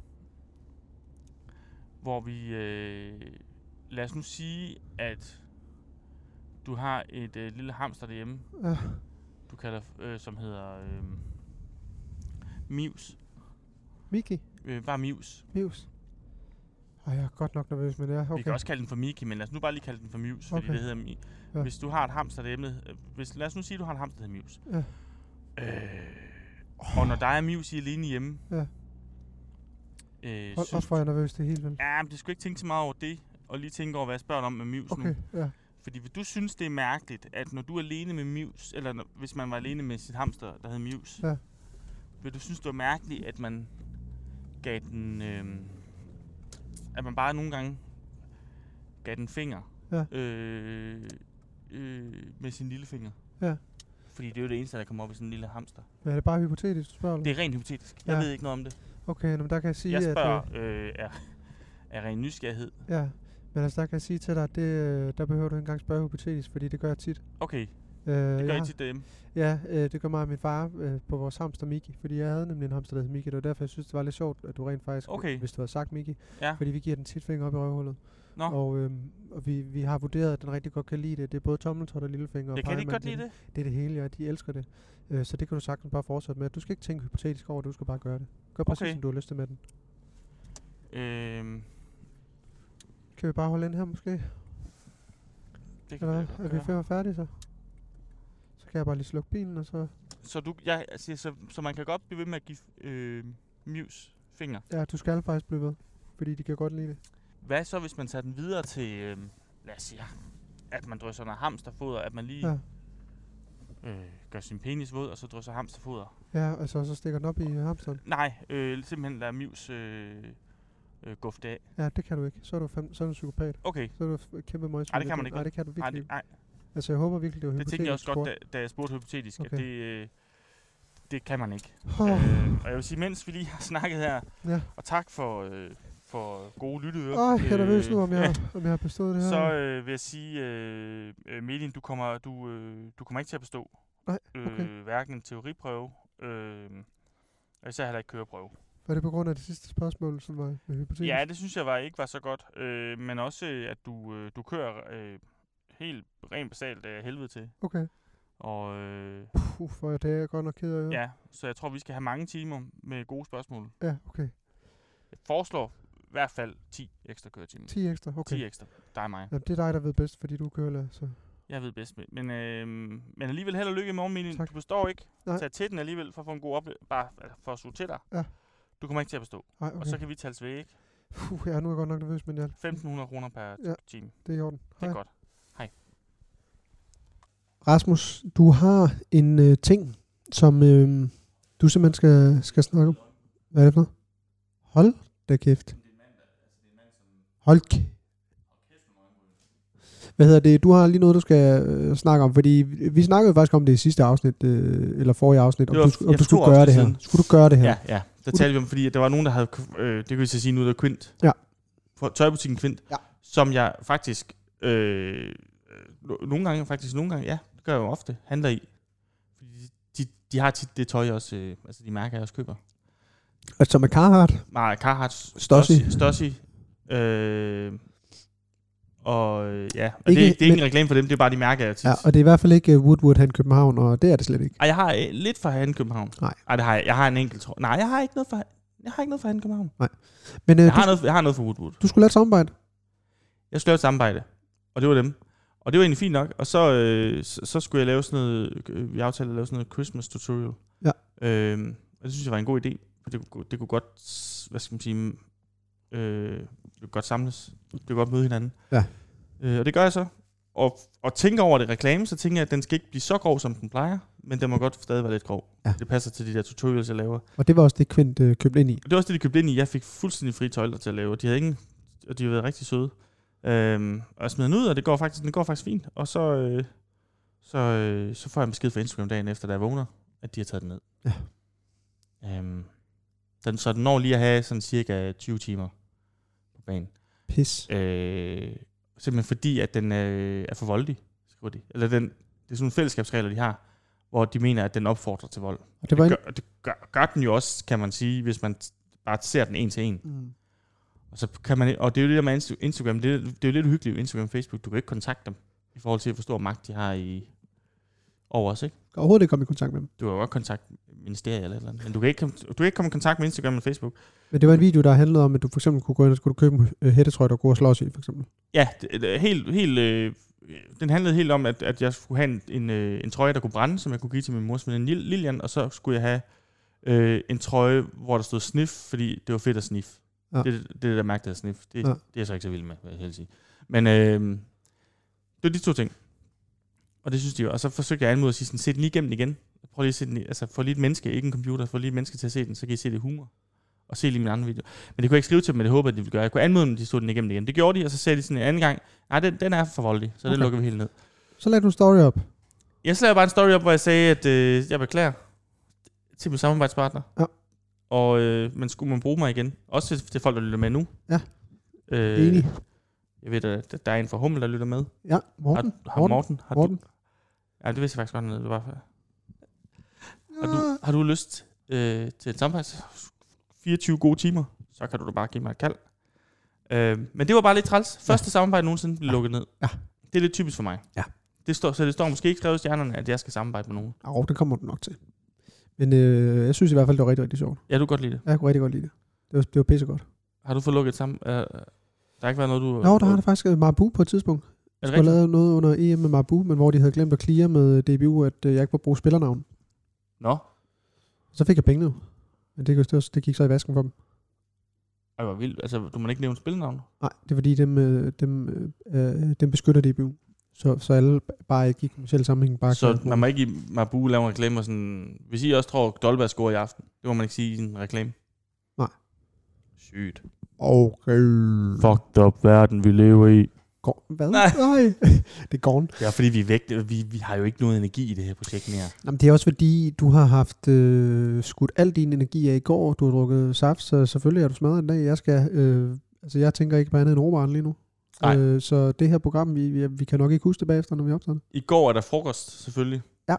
Hvor vi... Øh, lad os nu sige, at du har et øh, lille hamster derhjemme, Ja. du kalder, øh, som hedder øh, Mius. Miki? Øh, bare Mius. Mius? Ej, jeg er godt nok nervøs, men ja, okay. Vi kan også kalde den for Miki, men lad os nu bare lige kalde den for Mius, fordi Okay. det hedder Mi. Ja. Ja. Hvis du har et hamster derhjemme, øh, hvis, lad os nu sige, at du har en hamster, der hedder Mius. Ja. Øh, og når der er Mius i alene hjemme, Ja. øh, Hold, synes, også for jeg er nervøs, det er helt vildt. ja, men du skal ikke tænke så meget over det, og lige tænke over, hvad jeg spørger dig om med Mius Okay, nu. ja. Fordi hvis du synes, det er mærkeligt, at når du er alene med Mius, eller når, hvis man var alene med sit hamster, der hed Mius, Ja. vil du synes, det var mærkeligt, at man gav den, øh, at man bare nogle gange gav den finger, Ja. øh, øh, med sin lille finger. Ja. Fordi det er jo det eneste, der kommer op i sådan en lille hamster. Men er det bare hypotetisk, du spørger? Eller? Det er rent hypotetisk. Jeg Ja. ved ikke noget om det. Okay, men der kan jeg sige, Jeg spørger at... øh, er, er ren nysgerrighed. Øh, ja, men altså der kan jeg sige til dig, at det, øh, der behøver du ikke engang spørge hypotetisk, fordi det gør jeg tit. Okay, Øh, det jeg gør I har- tit derhjemme. Ja, øh, det gør mig og min far øh, på vores hamster Miki, fordi jeg havde nemlig en hamster, der hed Miki. Det var derfor, jeg synes, det var lidt sjovt, at du rent faktisk, Okay. hvis du havde sagt Miki, Ja. fordi vi giver den tit finger op i røvhullet. Nå, Og, øhm, og vi, vi har vurderet, at den rigtig godt kan lide det. Det er både tommeltot og lillefinger. jeg og kan de ikke godt pegemand. lide det. Det er det hele, ja. De elsker det. Øh, så det kan du sagtens bare fortsætte med. Du skal ikke tænke hypotetisk over det, du skal bare gøre det. Gør præcis, Okay. som du har lyst til med den. Øhm, Kan vi bare holde ind her måske? det kan Eller vi hvad? da Er godt vi gøre. fem færdige så? Så kan jeg bare lige slukke bilen, og så... Så, du, jeg, altså, så, så man kan godt blive ved med at give øh, Mius finger. Ja, du skal faktisk blive ved. Fordi de kan godt lide det. Hvad så, hvis man tager den videre til, øh, lad os sige, at man drysser noget hamsterfoder, at man lige Ja, øh, gør sin penis våd, og så drysser hamsterfoder? ja, altså så stikker den op i hamsteren. Nej, øh, simpelthen lade Mius øh, øh, gufte af. Ja, det kan du ikke. Så er du, fem, så er du en psykopat. Okay, Så er du f- kæmpe møgsvin. Ej, det kan man ikke. Nej, det kan du nej, virkelig det, nej, Altså, jeg håber virkelig, det var det tænkte jeg også godt, spurgt. da, da jeg spurgte hypotetisk, okay. Okay. at det, øh, det kan man ikke. Åh, Øh, og jeg vil sige, mens vi lige har snakket her, ja. og tak for, øh, for gode lytteører. Åh, jeg er nervøs nu, om ja. jeg, om jeg har bestået det her. Så øh, vil jeg sige, øh, øh, Melin, du kommer, du, øh, du kommer ikke til at bestå. Nej, okay. Øh, hverken en teoriprøve, øh, og især heller ikke køreprøve. Var det på grund af det sidste spørgsmål, som var med hypotetisk? Ja, det synes jeg var ikke var så godt. Øh, men også, øh, at du, øh, du kører øh, helt rent basalt af helvede til. Okay. Og øh, Puh, for det er jeg godt nok ked af at høre. ja, så jeg tror, vi skal have mange timer med gode spørgsmål. Ja, okay. Jeg foreslår i hvert fald ti ekstra køretimer. ti ekstra, okay. ti ekstra. Dig og mig. Jamen, det er dig, der ved bedst, fordi du er kørelærer, så... Jeg ved bedst med. Men, øh, men alligevel held og lykke i morgen, Melin. Tak. Du består ikke. Nej. Tag til den alligevel for at få en god oplevelse. Bare altså, for at suge til dig. Ja. Du kommer ikke til at bestå. Nej, Okay. okay. Og så kan vi tales ved, ikke? Puh, ja, nu er jeg godt nok nervøs, men ja, femten hundrede kroner per Ja. time. det er i orden. Det er godt. Rasmus, du har en øh, ting, som øh, du simpelthen skal, skal snakke om. Hvad er det for noget? Hold da kæft. Hold kæft. Hvad hedder det? Du har lige noget, du skal øh, snakke om, fordi vi, vi snakkede faktisk om det i sidste afsnit, øh, eller forrige afsnit, om var, du, om du skulle gøre det her. Siden. Skulle du gøre det her? Ja, ja. Der talte vi om, fordi der var nogen, der havde, øh, det kan vi så sige nu, der er Quint. Ja. Tøjbutikken Quint, ja. Som jeg faktisk, øh, nogle gange, faktisk nogle gange, ja, det gør jeg jo ofte, handler i. Fordi de, de har tit det tøj også, øh, altså de mærker, jeg også køber. Altså med Carhartt? Nej, Carhartt. Stossi. Stossi. Øh, og ja, og ikke, det, er, det er ikke en reklame for dem, det er bare de mærker, jeg tit. Ja, og det er i hvert fald ikke Woodwood Han København, og det er det slet ikke. Ej, jeg har øh, lidt for Han København. Nej. Ej, det har jeg. Jeg har en enkelt, tror Nej, jeg har ikke noget for, jeg har ikke noget for Han København. Nej. Men, øh, jeg, har noget, jeg har noget for Woodwood. Du skulle lave et samarbejde? Jeg skulle lave et samarbejde, og det var dem. Og det var egentlig fint nok, og så, øh, så, så skulle jeg lave sådan noget, øh, vi aftalte at lave sådan noget Christmas tutorial. Ja. Øh, og det synes jeg var en god idé, for det kunne, det kunne godt, hvad skal man sige, øh, det kunne godt samles, det kunne godt møde hinanden. Ja. Øh, og det gør jeg så. Og, og tænker over det reklame, så tænker jeg, at den skal ikke blive så grov, som den plejer, men den må godt stadig være lidt grov. Ja. Det passer til de der tutorials, jeg laver. Og det var også det, Quint øh, købte ind i? Og det var også det, de købte ind i. Jeg fik fuldstændig fri tøjler til at lave, og de havde ingen, og de har været rigtig søde. Øhm, og jeg smider den ud, og det går faktisk, det går faktisk fint. Og så, øh, så, øh, så får jeg en besked fra Instagram dagen efter, da jeg vågner, at de har taget den ned. Ja. Øhm, den, så den når lige at have sådan cirka tyve timer på banen. Pis. Øh, simpelthen fordi, at den øh, er for voldelig, skriver de. Eller den, det er sådan nogle fællesskabsregler, de har, hvor de mener, at den opfordrer til vold. Og det, var det, gør, det gør, gør den jo også, kan man sige, hvis man t- bare ser den en til en. Mm. Og, så kan man, og det er jo det der med Instagram, det er, det er jo lidt uhyggeligt med Instagram og Facebook. Du kan ikke kontakte dem, i forhold til, hvor stor magt de har i over os, ikke? Du kan overhovedet ikke komme i kontakt med dem. Du kan jo godt kontakte ministeriet eller eller andet, men du kan, ikke, du kan ikke komme i kontakt med Instagram og Facebook. Men det var en video, der handlede om, at du for eksempel kunne gå ind og skulle du købe en uh, hættetrøje, der kunne slås i, for eksempel. Ja, det, det, helt, helt, øh, den handlede helt om, at, at jeg skulle have en, en, øh, en trøje, der kunne brænde, som jeg kunne give til min mors veninde Lilian, og så skulle jeg have øh, en trøje, hvor der stod sniff, fordi det var fedt at sniffe. Ja. Det, det, det der mærke, der er sniff. Det, ja. Det er jeg så ikke så vild med, vil jeg helst sige. Men øh, det var de to ting. Og det synes de jo. Og så forsøgte jeg anmode at sige sådan, se den lige igennem igen. Prøv lige at se den, altså få lige et menneske, ikke en computer, få lige et menneske til at se den, så kan I se det humor. Og se lige min anden video. Men det kunne jeg ikke skrive til dem, men det håber, at de ville gøre. Jeg kunne anmode dem, at de stod den igennem igen. Det gjorde de, og så sagde de sådan en anden gang, nej, den, den er for voldelig, så okay. Det lukker vi helt ned. Så lagde du en story op. Jeg så lavede bare en story op, hvor jeg sagde, at øh, jeg beklager til min samarbejdspartner. Ja. Og øh, men skulle man bruge mig igen? Også til, til folk, der lytter med nu. Ja, øh, enig. Jeg ved, at der er en fra Hummel, der lytter med. Ja, Morten. Har, har Morten. Morten. Har Morten. Du, ja, det vidste jeg faktisk godt, noget. Det var før. Har du, har du lyst øh, til et samarbejde? fireogtyve gode timer, så kan du da bare give mig et kald. Øh, men det var bare lidt træls. Første ja. samarbejde nogensinde blev lukket ned. Ja. Det er lidt typisk for mig. Ja. Det står, så det står måske ikke skrevet i stjernerne, at jeg skal samarbejde med nogen. Jo, det kommer du nok til. Men øh, jeg synes i hvert fald, det var rigtig, rigtig sjovt. Ja, du kan godt lide det. Jeg kunne rigtig godt lide det. Det var, det var pissegodt. Har du fået lukket sammen? Uh, der har ikke været noget, du... Jo, der har det faktisk Marabu på et tidspunkt. Jeg skulle have lavet noget under E M med Marabu, men hvor de havde glemt at clear med D B U, at øh, jeg ikke må bruge spillernavn. Nå. Så fik jeg pengene. Men det, det, det gik så i vasken for dem. Ej, hvor vildt. Altså, du må ikke nævne spillernavn? Nej, det er fordi, dem, øh, dem, øh, dem beskytter D B U. Så, så alle bare ikke i kommercielle sammenhæng bare så man må ikke i Marabu lave en reklame og sådan... Hvis I også tror, Dolberg scorer i aften, det må man ikke sige i en reklame? Nej. Sygt. Okay. Fucked up verden, vi lever i. Går, hvad? Nej. Nej. Det går den. Ja, fordi vi er væk. Vi, vi har jo ikke noget energi i det her projekt mere. Jamen, det er også fordi, du har haft øh, skudt al din energi af i går. Du har drukket saft, så selvfølgelig er du smadret en dag. Jeg skal... Øh, altså, jeg tænker ikke på andet end råvaren lige nu. Øh, så det her program, vi, vi, vi kan nok ikke huske det bagefter, når vi optager det. I går er der frokost, selvfølgelig. Ja.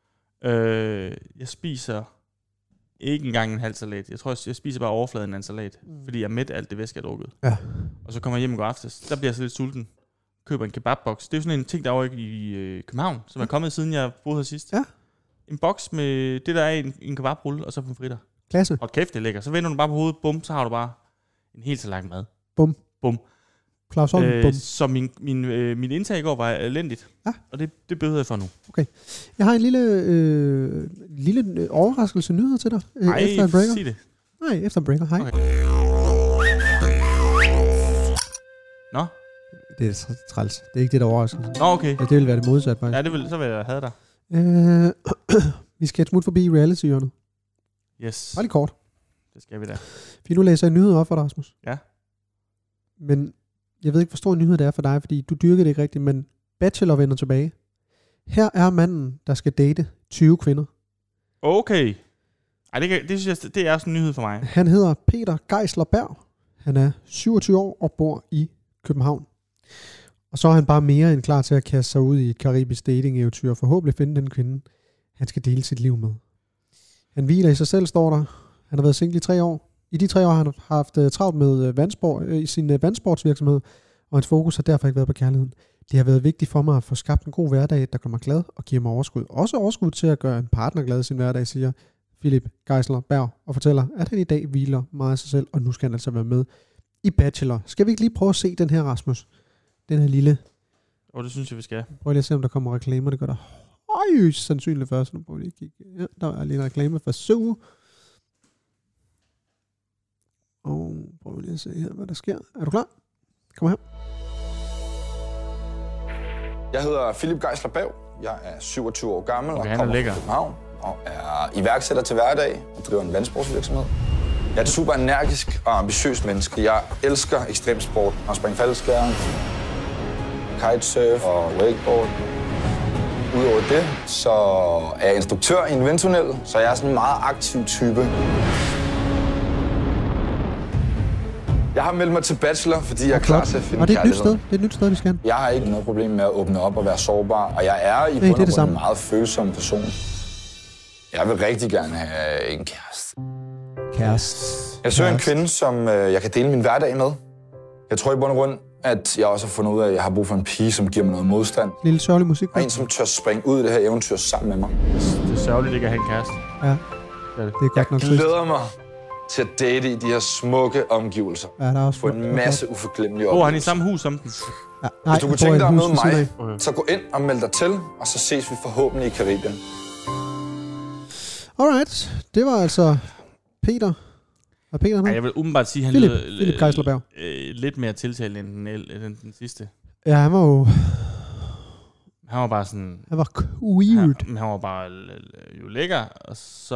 Øh, jeg spiser ikke engang en halv salat. Jeg tror, jeg, jeg spiser bare overfladen af en salat, mm. fordi jeg er mæt alt det væske, jeg har drukket. Ja. Og så kommer jeg hjem og går aftes. Der bliver jeg så lidt sulten. Køber en kebabboks. Det er jo sådan en ting, der er over i øh, København, som er kommet siden jeg boede her sidst. Ja. En boks med det, der er i en, en kebabrulle, og så pomfritter. Klasse. Og kæft, det er lækker. Så vender du bare på hovedet, bum, så har du bare en helt så lang mad. Bum. Bum. Claus Holm, øh, så min, min, øh, min indtag i går var elendigt. Ja. Og det, det behøver jeg for nu. Okay. Jeg har en lille, øh, lille overraskelse nyhed til dig. Øh, Ej, efter en breaker. sig det. Nej, efter en breaker. Hej. Okay. Nå? Det er træls. Det er ikke det, der overrasker. Nå, okay. Ja, det vil være det modsatte, faktisk. Ja, det vil, så vil jeg have dig. Øh, vi skal et smut forbi reality-hjørnet. Yes. Bare lige kort. Det skal vi da. Vi nu læser en nyhed op for dig, Rasmus. Ja. Men jeg ved ikke, hvor stor en nyhed det er for dig, fordi du dyrker det ikke rigtigt, men Bachelor vender tilbage. Her er manden, der skal date tyve kvinder. Okay. Ej, det, kan, det synes jeg, det er sådan en nyhed for mig. Han hedder Peter Geisler Berg. Han er syvogtyve år og bor i København. Og så er han bare mere end klar til at kaste sig ud i et karibisk dating-eventyr og forhåbentlig finde den kvinde, han skal dele sit liv med. Han hviler i sig selv, står der. Han har været single i tre år. I de tre år har han haft uh, travlt med uh, vandsport, uh, i sin uh, vandsportsvirksomhed, og hans fokus har derfor ikke været på kærligheden. Det har været vigtigt for mig at få skabt en god hverdag, der gør mig glad og giver mig overskud. Også overskud til at gøre en partner glad i sin hverdag, siger Philip Geisler Berg, og fortæller, at han i dag hviler meget af sig selv, og nu skal han altså være med i Bachelor. Skal vi ikke lige prøve at se den her, Rasmus? Den her lille... Og det synes jeg, vi skal. Prøv lige at se, om der kommer reklamer. Det gør der højst sandsynligt først. Nu prøver vi lige at kigge. Ja, der er lige en reklame for Zoo. Og prøv lige at se her, hvad der sker. Er du klar? Kom her. Jeg hedder Philip Geisler Berg. Jeg er syvogtyve år gammel okay, og kommer fra København. Og er iværksætter til hverdag og driver en vandsportsvirksomhed. Jeg er et super energisk og ambitiøs menneske. Jeg elsker ekstremsport og springe faldskærm, kitesurf og wakeboard. Udover det, så er jeg instruktør i en vindtunnel, så jeg er sådan en meget aktiv type. Jeg har meldt mig til Bachelor, fordi jeg er klar til at finde kærlighed. Og det er et nyt sted. kærligheden. Det er et nyt sted, vi skal. Jeg har ikke noget problem med at åbne op og være sårbar, og jeg er i bund og grund en meget følsom person. Jeg vil rigtig gerne have en kæreste. Kæreste. Jeg søger en kvinde, som øh, jeg kan dele min hverdag med. Jeg tror i bund og grund, at jeg også har fundet ud af, at jeg har brug for en pige, som giver mig noget modstand. Lille sørgelig musik. Og en, som tør springe ud i det her eventyr sammen med mig. Det er sørgeligt ikke at have en kæreste. Ja, det er, det er godt nok Jeg glæder mig til at date i de her smukke omgivelser. Ja, der er også få en masse uforglemmelige oplevelser. Bor han i samme hus som den? Ja, nej, hvis du kunne tænke dig at møde mig, okay. så gå ind og meld dig til, og så ses vi forhåbentlig i Karibien. Alright, det var altså Peter. Hvad Peter han ja, jeg vil umiddelbart sige, at han Philip, lyder Philip Geisler Berg. Øh, lidt mere tiltalende end den, end den sidste. Ja, han var jo... Han var bare sådan... Han var weird. Han, han var bare jo lækker, og så...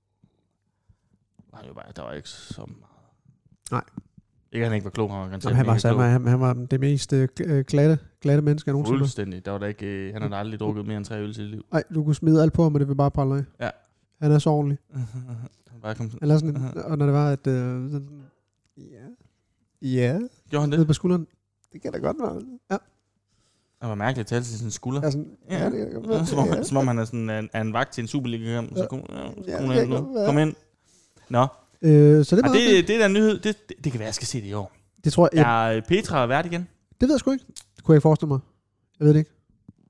var jo bare, der var ikke så meget. Nej. Ikke at han ikke var klog, han var Jamen, han, var, han, var, han, han var det mest uh, glatte, glatte menneske, jeg nogensinde. Fuldstændig. Der var der ikke, uh, han havde aldrig drukket mere end tre øl i sit liv. Nej, du kunne smide alt på ham, og det vil bare pralle af. Ja. Han er så ordentlig. han bare kom sådan. Eller sådan, uh-huh. Og når det var, at... Uh, sådan, ja. Ja. Gjorde han det? Nede på skulderen. Det kan da godt være. Ja. Det var mærkeligt at tale til sin skulder. Ja, sådan, ja. Ja, det ja, som, om, som om han er sådan en, en vagt til en Superliga-kamp. Så kom, ja, kom, ja, ind, nu. kom ind. Nå. Øh, så det, og det, det er der nyhed. Det, det, det kan være, jeg skal se det i år. Det tror jeg. Er ja. Petra vært igen? Det ved jeg sgu ikke. Det kunne jeg ikke forestille mig. Jeg ved det ikke.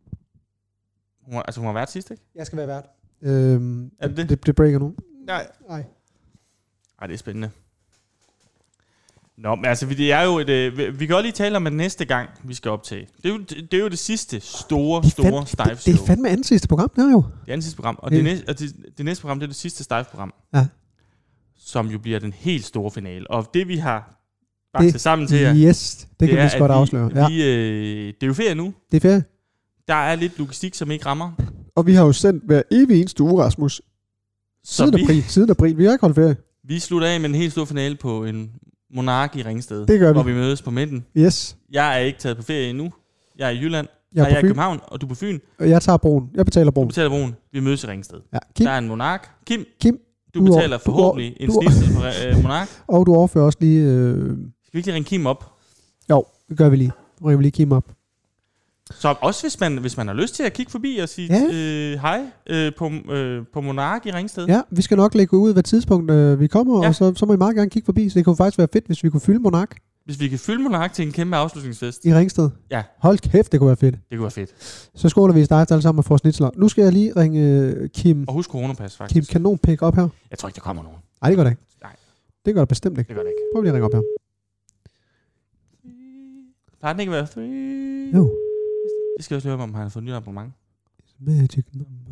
Hun var, altså hun har været sidst, ikke? Jeg skal være vært. Øhm, er det det? Det, det breaker nu. Nej. Nej. Ej, det er spændende. Nå, men altså, det er jo et, øh, vi kan også lige tale om, at næste gang, vi skal optage. Det er jo det, er jo det sidste store, det store Steiff-show. Det, det er fandme andet sidste program, det er jo. Det er andet sidste program, og, det, næste, og det, det næste program, det er det sidste Steiff-program. Ja. Som jo bliver den helt store finale. Og det, vi har bakset sammen til jer, yes, det, det kan vi så godt afsløre. Ja. Vi, øh, det er jo ferie nu. Det er ferie. Der er lidt logistik, som ikke rammer. Og vi har jo sendt hver evig eneste uge, Rasmus. Siden vi, april, siden april. Vi har ikke holdt ferie. Vi slutter af med en helt stor finale på en Monark i Ringsted. Det gør vi. Hvor vi mødes på midten. Yes. Jeg er ikke taget på ferie endnu. Jeg er i Jylland. Jeg er, jeg er i Fyn. København, og du er på Fyn. Og jeg tager broen. Jeg betaler broen. Du betaler broen. Vi mødes i Ringsted. Ja. Kim. Der er en Monark. Kim. Kim. Du, du betaler forhåbentlig du, en snitsel på uh, Monark. Og du overfører også lige... Øh... Skal vi ikke lige ringe Kim op? Jo, det gør vi lige. Nu ringer vi lige Kim op. Så også hvis man, hvis man har lyst til at kigge forbi og sige ja. øh, hej øh, på, øh, på Monark i Ringsted. Ja, vi skal nok lægge ud, hvad tidspunkt øh, vi kommer, ja. Og så, så må I meget gerne kigge forbi. Så det kunne faktisk være fedt, hvis vi kunne fylde Monark. Hvis vi kan fylde Monark til en kæmpe afslutningsfest. I Ringsted? Ja. Hold kæft, det kunne være fedt. Det kunne være fedt. Så skåler vi i Steiff alle sammen og får snitsler. Nu skal jeg lige ringe øh, Kim... Og husk coronapas, faktisk. Kim Kanonpik op her. Jeg tror ikke, der kommer nogen. Nej, det gør det ikke. Nej. Det gør det bestemt ikke. Det gør det ikke. Prøv lige at ringe op her. Plejer den ikke at være three? Jo. Det skal jeg også høre, om han har fået nyt abonnement. Magic number.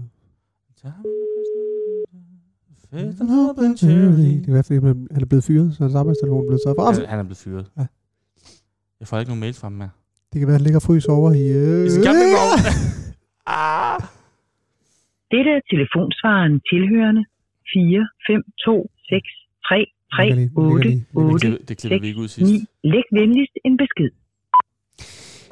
Det kan være, fordi han er blevet fyret, så hans arbejdstelefon er blevet taget fra. Han, han er blevet fyret. Ja. Jeg får ikke nogen mail fra ham mere. Det kan være, at han ligger og fryser over i... Øh... I sin campingvogn. ah. Dette er telefonsvaren tilhørende fire fem to seks tre tre otte otte Det klipper vi ikke ud sidst. ni. Læg venligst en besked.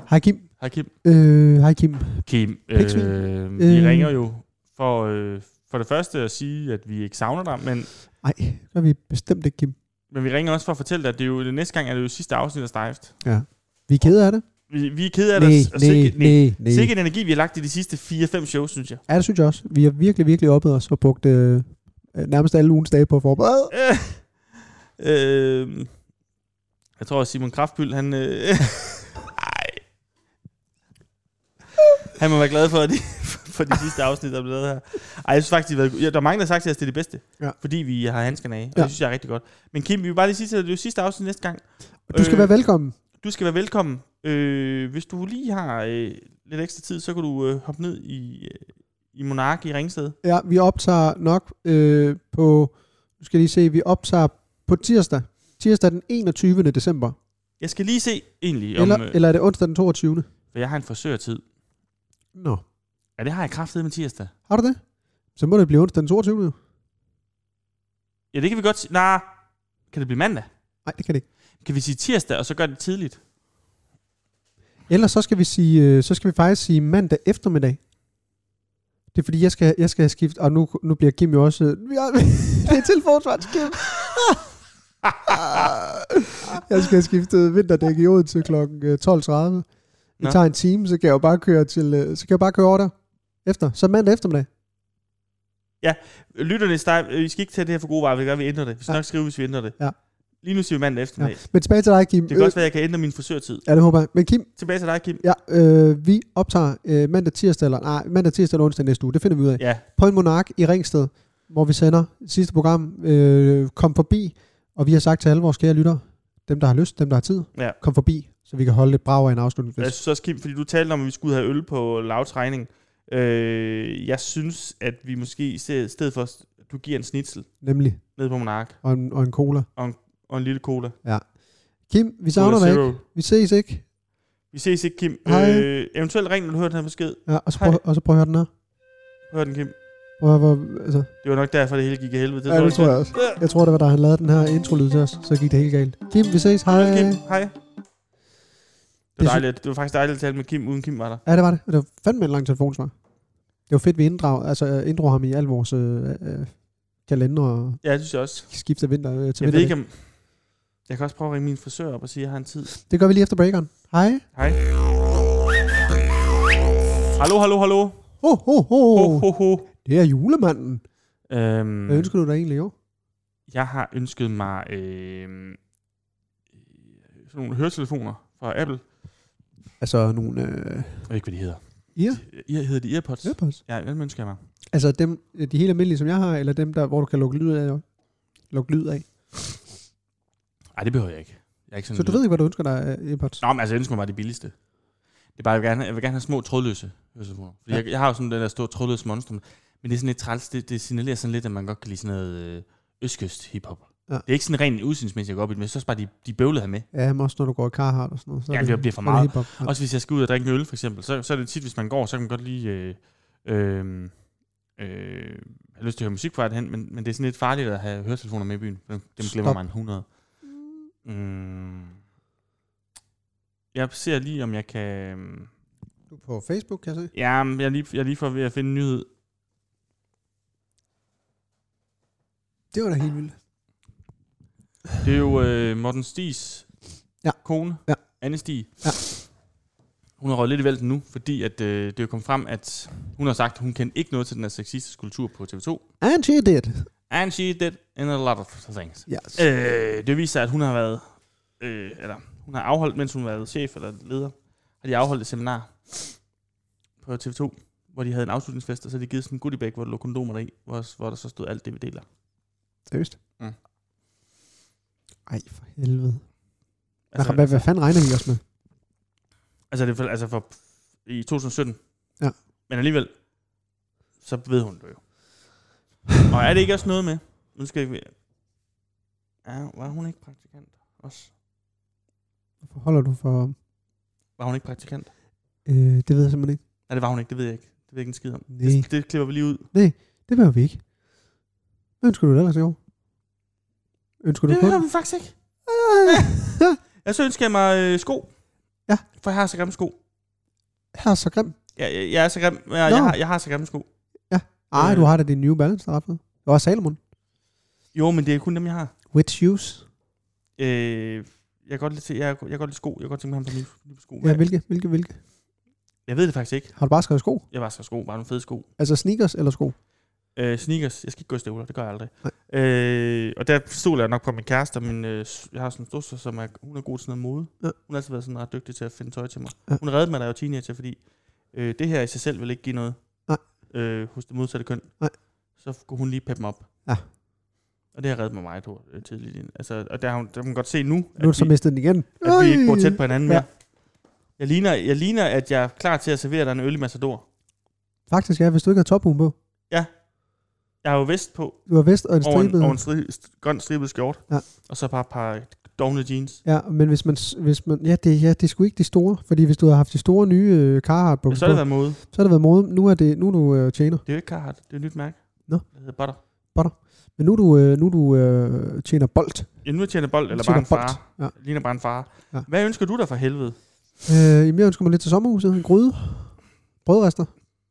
Hej Kim. Hej Kim. Øh, hej Kim. Kim, Piksvin. øh, vi Øh. ringer jo for, øh, for det første at sige, at vi ikke savner dig, men, Nej, det er vi bestemt ikke, Kim. men vi ringer også for at fortælle dig, at det er jo, det næste gang er det jo sidste afsnit af Stejft. Ja. Vi er kede af det. Vi, vi er kede af Nej, det. og sikke- nej, nej, nej. Sikke en energi, vi har lagt i de sidste fire fem shows, synes jeg. Ja, det synes jeg også. Vi har virkelig, virkelig oppet os og brugt øh, nærmest alle ugens dage på at forberede. Øh, øh, jeg tror, at Simon Kraftbyld, han... Øh, ej. Han må være glad for, at de, for de sidste afsnit, der er blevet lavet her. Ej, jeg synes faktisk, de ja, der er mange, der har sagt til os, det er det bedste. Ja. Fordi vi har handskerne af. Og Ja. det synes jeg er rigtig godt. Men Kim, vi vil bare lige sige til dig, at det er jo sidste afsnit næste gang. Du skal Øh, være velkommen. Du skal være velkommen. Øh, hvis du lige har øh, lidt ekstra tid, så kan du øh, hoppe ned i, øh, i Monark i Ringsted. Ja, vi optager nok øh, på... Nu skal jeg lige se, vi optager på tirsdag. Tirsdag den enogtyvende december. Jeg skal lige se egentlig, Eller, om, øh, eller er det onsdag den toogtyvende? for jeg har en frisørtid. Nå. Ja, det har jeg kraftedet med tirsdag. Har du det? Så må det blive onsdag den toogtyvende. Ja, det kan vi godt sige. Nej, kan det blive mandag? Nej, det kan det ikke. Kan vi sige tirsdag, og så gør det tidligt? Ellers så skal vi sige, øh, så skal vi faktisk sige mandag eftermiddag. Det er fordi, jeg skal, jeg skal have skiftet, og nu, nu bliver Kim jo også... Vi har, det er til forsvar til Kim. Jeg skal have skiftet vinterdæk i Odense klokken tolv tredive. Det Nå. tager en time, så kan jeg jo bare køre til, øh, så kan jeg bare køre over der efter. Så mandag eftermiddag. Lytterne, start, vi skal ikke tage det her for gode varer, vi gør, vi ændrer det. Vi skal Ja. nok skrive, hvis vi ændrer det. Ja. Lige nu siger vi mandag eftermiddag. Ja. Men tilbage til dig, Kim. Det kan også være, at jeg kan ændre min frisørtid. Ja, det håber jeg. Men Kim, Tilbage til dig, Kim. ja, øh, vi optager øh, mandag, tirsdag, eller nej, mandag, tirsdag eller onsdag næste uge. Det finder vi ud af. Ja, På en Monark i Ringsted, hvor vi sender sidste program. Øh, kom forbi, og vi har sagt til alle vores kære lyttere, dem der har lyst, dem der har tid, ja. kom forbi, så vi kan holde lidt brav af en Jeg afslutningsfest. synes også, Kim, fordi du talte om, at vi skulle have øl på Lauts regning. Øh, jeg synes, at vi måske i stedet for, at du giver en snitsel Nemlig. ned på Monark Og en, og en cola. og en lille cola. Kim, vi savner Cola dig Zero. ikke. Vi ses ikke. Vi ses ikke, Kim. Hej. Øh, eventuelt ring, når du hører den her besked. Ja, og, så Hej. prøv, og så prøv at høre den her. Hør den, Kim. Prøv at høre, hvor, altså, Det var nok derfor, det hele gik i helvede. ja, det tror jeg også. Jeg tror, det var, da han lavede den her intro-lyd til os, så gik det helt galt. Kim, vi ses. Hej. Hej. Kim. Hej. Det Det var, sy- dejligt. Det var faktisk dejligt at tale med Kim, uden Kim var der. Ja, det var det. Det var fandme en lang telefonsvar. Det var fedt, vi inddrag, altså, øh, inddrog ham i alle vores øh, øh, kalender og Ja, det synes jeg også. skifter vinter øh, til Jeg vinter. ved ikke, om... Jeg kan også prøve at ringe min frisør op og sige, at jeg har en tid. Det gør vi lige efter breakeren. Hej. Hej. Hallo, hallo, hallo. Ho, ho, ho. Ho, ho, ho. Det er julemanden. Øhm, Hvad ønsker du dig egentlig i år? jeg har ønsket mig øh, sådan nogle høretelefoner fra Apple. Altså nogle øh, Jeg ved ikke, hvad de hedder. ear? I hedder de Earpods? Earpods? Ja, dem ønsker jeg mig. Altså dem, de helt almindelige, som jeg har, eller dem, der, hvor du kan lukke lyd af? Lukke lyd af. Nej, det behøver jeg ikke. Jeg er ikke sådan Så du ved ikke, hvad du ønsker dig af Earpods? Nå, men altså, jeg ønsker mig bare det billigste. Det er bare, jeg vil gerne, jeg vil gerne have små trådløse høretelefoner. Fordi Ja. jeg, jeg har jo sådan den der store trådløse monster, men det er sådan lidt træls. Det, det signalerer sådan lidt, at man godt kan lide sådan noget øh, østkyst hiphop. Ja. Det er ikke sådan rent udsynsmæssigt, jeg går op i det, men jeg synes bare, de, de bøvlede her med. Ja, men også når du går i Carhartt og sådan noget. Så Ja, er det bliver for så er meget. hiphop. Ja. Også hvis jeg skal ud og drikke en øl, for eksempel, så, så er det tit, hvis man går, så kan man godt lige øh, øh, øh, have lyst til at høre musik fra det hen, men, men det er sådan lidt farligt at have høretelefoner med i byen. Dem, dem glemmer Stop. man hundrede. Mm. Jeg ser lige, om jeg kan... Du er på Facebook, kan jeg se. Ja, men jeg er lige, jeg er lige for ved at finde en nyhed. Det var da helt vildt. Det er jo øh, Morten Stigs Ja. kone, Ja. Anne Stig. Ja. Hun har røget lidt i vælten nu, fordi at, øh, det er jo kommet frem, at hun har sagt, at hun kendte ikke noget til den her sexistiske kultur på T V to. And she did. And she did in a lot of things. Yes. Øh, det viser sig, at hun har været, øh, eller hun har afholdt, mens hun har været chef eller leder, har de afholdt et seminar på T V to, hvor de havde en afslutningsfest, og så havde de givet sådan en goodiebag, hvor der lå kondomer deri, hvor, hvor der så stod alt det, vi deler. Seriøst? Mm. Ej, for helvede. Altså, hvad, hvad, hvad fanden regner vi os med? altså, det er for, altså for i to tusind sytten. Ja. Men alligevel, så ved hun det jo. Og er det ikke også noget med, nu skal vi... Ja, var hun ikke praktikant også? Hvorfor holder du for... Var hun ikke praktikant? Øh, det ved jeg simpelthen ikke. Nej, det var hun ikke, det ved jeg ikke. Det ved jeg ikke en skid om. Nej. Det, det klipper vi lige ud. Det behøver vi ikke. Hvad ønsker du dig ellers i år? Ønsker du Det kun? har vi faktisk ikke. Ja, så ønsker jeg mig øh, sko. Ja. For jeg har så grimme sko. Her er så grim. Jeg, jeg, jeg er så grim. Jeg, jeg, har, jeg har så grimme sko. Ej, Øh. du har da din New Balance, der er fed. Det var Salomon. Jo, men det er kun dem, jeg har. Which shoes? Øh, jeg kan godt lide, jeg, jeg kan godt lide sko. Jeg kan godt tænke mig at have nye, nye sko. Ja, hvilke, hvilke, hvilke? Jeg ved det faktisk ikke. Har du bare skrevet sko? Jeg bare skal sko. Bare nogle fede sko. Altså sneakers eller sko? Øh, sneakers. Jeg skal ikke gå i støvler. Det gør jeg aldrig. Øh, og der stoler jeg nok på min kæreste. Min, øh, jeg har sådan en storsøster, som er, hun er god til noget mode. Ja. Hun har altid været sådan ret dygtig til at finde tøj til mig. Ja. Hun reddede mig, da jeg var teenager, fordi øh, det her i sig selv vil ikke give noget. Nej. Øh, hos det modsatte køn. Nej. Så kunne hun lige peppe mig op. Ja. Og det har reddet mig meget øh, tidligt ind. Altså, og der, har hun, der kan man godt se nu, Nu er du så vi, mistet den igen. at vi ikke bor tæt på hinanden Ja. mere. Jeg ligner, jeg ligner, at jeg er klar til at servere dig en øl i Matador. Faktisk ja, hvis du ikke har tophuen på. Ja. Jeg har jo vest på. Du har vest og en Over en, stribet. over en stri, st- grøn stribet skjort. Ja. Og så bare et par dogne jeans. Ja, men hvis man, hvis man ja, det, ja, det er sgu ikke de store. Fordi hvis du havde haft de store nye øh, Carhartt på, Ja, så har det været mode. så har det været mode. Nu er, det, nu er du øh, tjener. Det er jo ikke Carhartt. Det er et nyt mærke. Nå. Det hedder Butter. Men nu er du, øh, nu er du øh, tjener bold. Ja, nu er tjener bold, eller Tjener bare en bold. far. Ja. Ligner bare en far. Ja. Hvad ønsker du der for helvede? Øh, jamen, jeg ønsker mig lidt til sommerhuset. En gryde. Brødrester.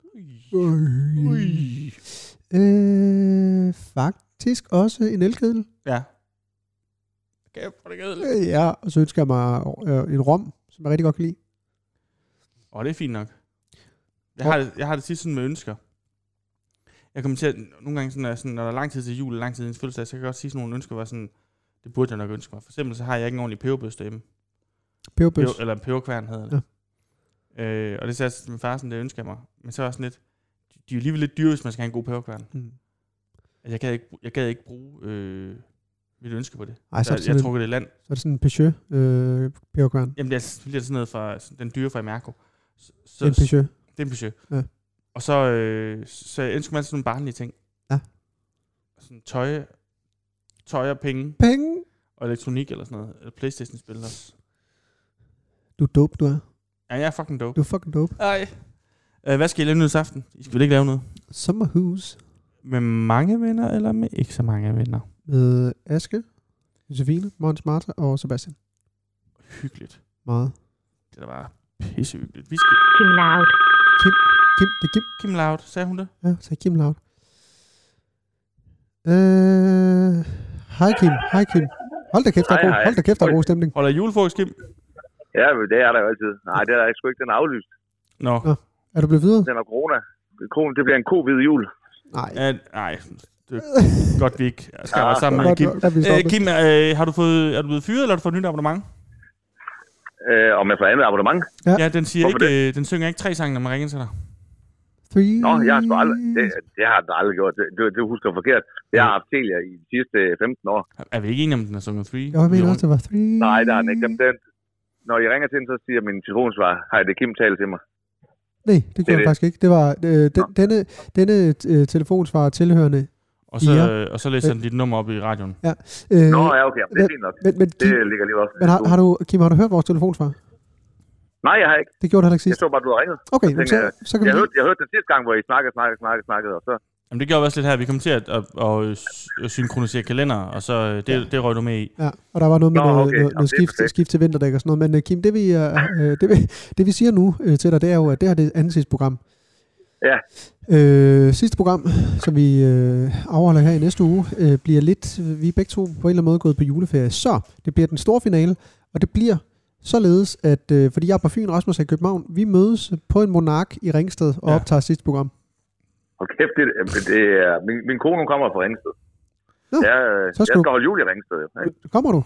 Ui. Øh, faktisk også en elkedel. Ja. Kæft, hvor er det kedeligt. Øh, ja, og så ønsker jeg mig øh, en rom, som jeg rigtig godt kan lide. Åh, oh, det er fint nok. Jeg har, det, jeg har det sidst sådan med ønsker. Jeg kommer til at, nogle gange sådan, at sådan, når der er lang tid til jul, og lang tid til fødselsdag, så kan jeg godt sige sådan nogle ønsker, hvor sådan, det burde jeg nok ønske mig. For eksempel så har jeg ikke en ordentlig peberbøs derhjemme. Peberbøs. Peber, eller en peberkværn hedder det. Ja. Øh, og det sagde jeg til min far, sådan, det ønsker jeg mig. Men så er sådan lidt, de, de er jo alligevel lidt dyre, hvis man skal have en god peberkværn. Mm. Jeg gad ikke, jeg gad ikke bruge øh, mit ønske på det. Ej, så er jeg det jeg sådan trukker det i land. Så er det sådan en Peugeot øh, peberkværn. Jamen det er selvfølgelig sådan noget fra den dyre fra Imerco. Så, så, En Peugeot. Det er en Peugeot. Ja. Og så, øh, så jeg ønsker mig altid nogle barnlige ting. Ja. Sådan tøj, tøj og penge. Penge. Og elektronik eller sådan noget. Eller Playstation-spil også. Du er dope, du er. Ja, jeg er fucking dope. Du er fucking dope. Ej. Øh, hvad skal I lave nu i aften? I skal vel ikke lave noget? Sommerhus. Med mange venner, eller med ikke så mange venner? Med Aske, Josefine, Måns, Martha og Sebastian. Hyggeligt. Meget. Det der var pissehyggeligt. Vi skal... Kim Loud. Kim, Kim, det er Kim. Kim Loud, sagde hun det? Ja, så Kim Loud. Øh, hej Kim, hej Kim. Hold da kæft, der er Hej, god, hej. hold da kæft, der er god stemning. Holder I julefrokost, Kim? Ja, men det er der jo altid. Nej, det er der sgu ikke. Den er aflyst. Nå. Nå. Er du blevet videre? Den er corona. Corona, det bliver en covid jul. Nej. Ja, nej, det er godt, vi ikke skal være sammen med Godt, Kim. der er vi Øh, stoppet. Kim, øh, har du fået, er du blevet fyret, eller har du fået et nyt abonnement? Øh, om jeg får andet abonnement. Ja. Ja, den, siger Hvorfor ikke, øh, den synger ikke tre sange, når man ringer til dig. Three. Nå, jeg har sgu aldrig... Det, det har jeg aldrig gjort. Det, det, det husker jeg forkert. Jeg har haft Telia i de sidste femten år. Er vi ikke enige om, den er sunget Three? Jo, jeg mener også, det var three. Nej, det har den ikke. Den, den, når I ringer til den, så siger min telefonsvar, hej, det er Kim tale til mig. Nej, det gjorde det. jeg faktisk ikke. Det var øh, den, denne, denne øh, telefonsvar tilhørende. Og så, Ja. øh, og så læser den dit nummer op i radioen. Ja. Øh, Nå, ja, okay. Det er fint nok. Men, men, Det Kim, ligger lige også. men har, har du, Kim, har du hørt vores telefonsvar? Nej, jeg har ikke. Det gjorde du heller ikke Jeg sidst. så bare, du har ringet. Okay, Så men tænker så, jeg- så kan vi Jeg lige... hørte, jeg hørte den sidste gang, hvor I snakkede, snakkede, snakkede, snakkede, og så... Jamen, det gjorde vi også lidt her. Vi kom til at, at, at, at synkronisere kalender, og så øh, det, det røg du med i. Ja, og der var noget med Nå, noget, okay. noget, Jamen, noget det er skift, perfekt. skift til vinterdæk og sådan noget. Men uh, Kim, det vi, uh, uh, det, vi, det vi siger nu uh, til dig, det er jo, at det her det er andet sidste program. Ja. Øh, sidste program, som vi øh, afholder her i næste uge, øh, bliver lidt, vi er begge to på en eller anden måde gået på juleferie. Så det bliver den store finale, og det bliver således, at øh, fordi jeg er på Fyn, Rasmus er i København, vi mødes på en Monark i Ringsted og Ja. optager sidste program. Hold kæft, det, det er... Min, min kone, hun kommer fra Ringsted. Nå, jeg, så jeg skal skal holde jul i Ringsted, jo. Ja. Kommer du?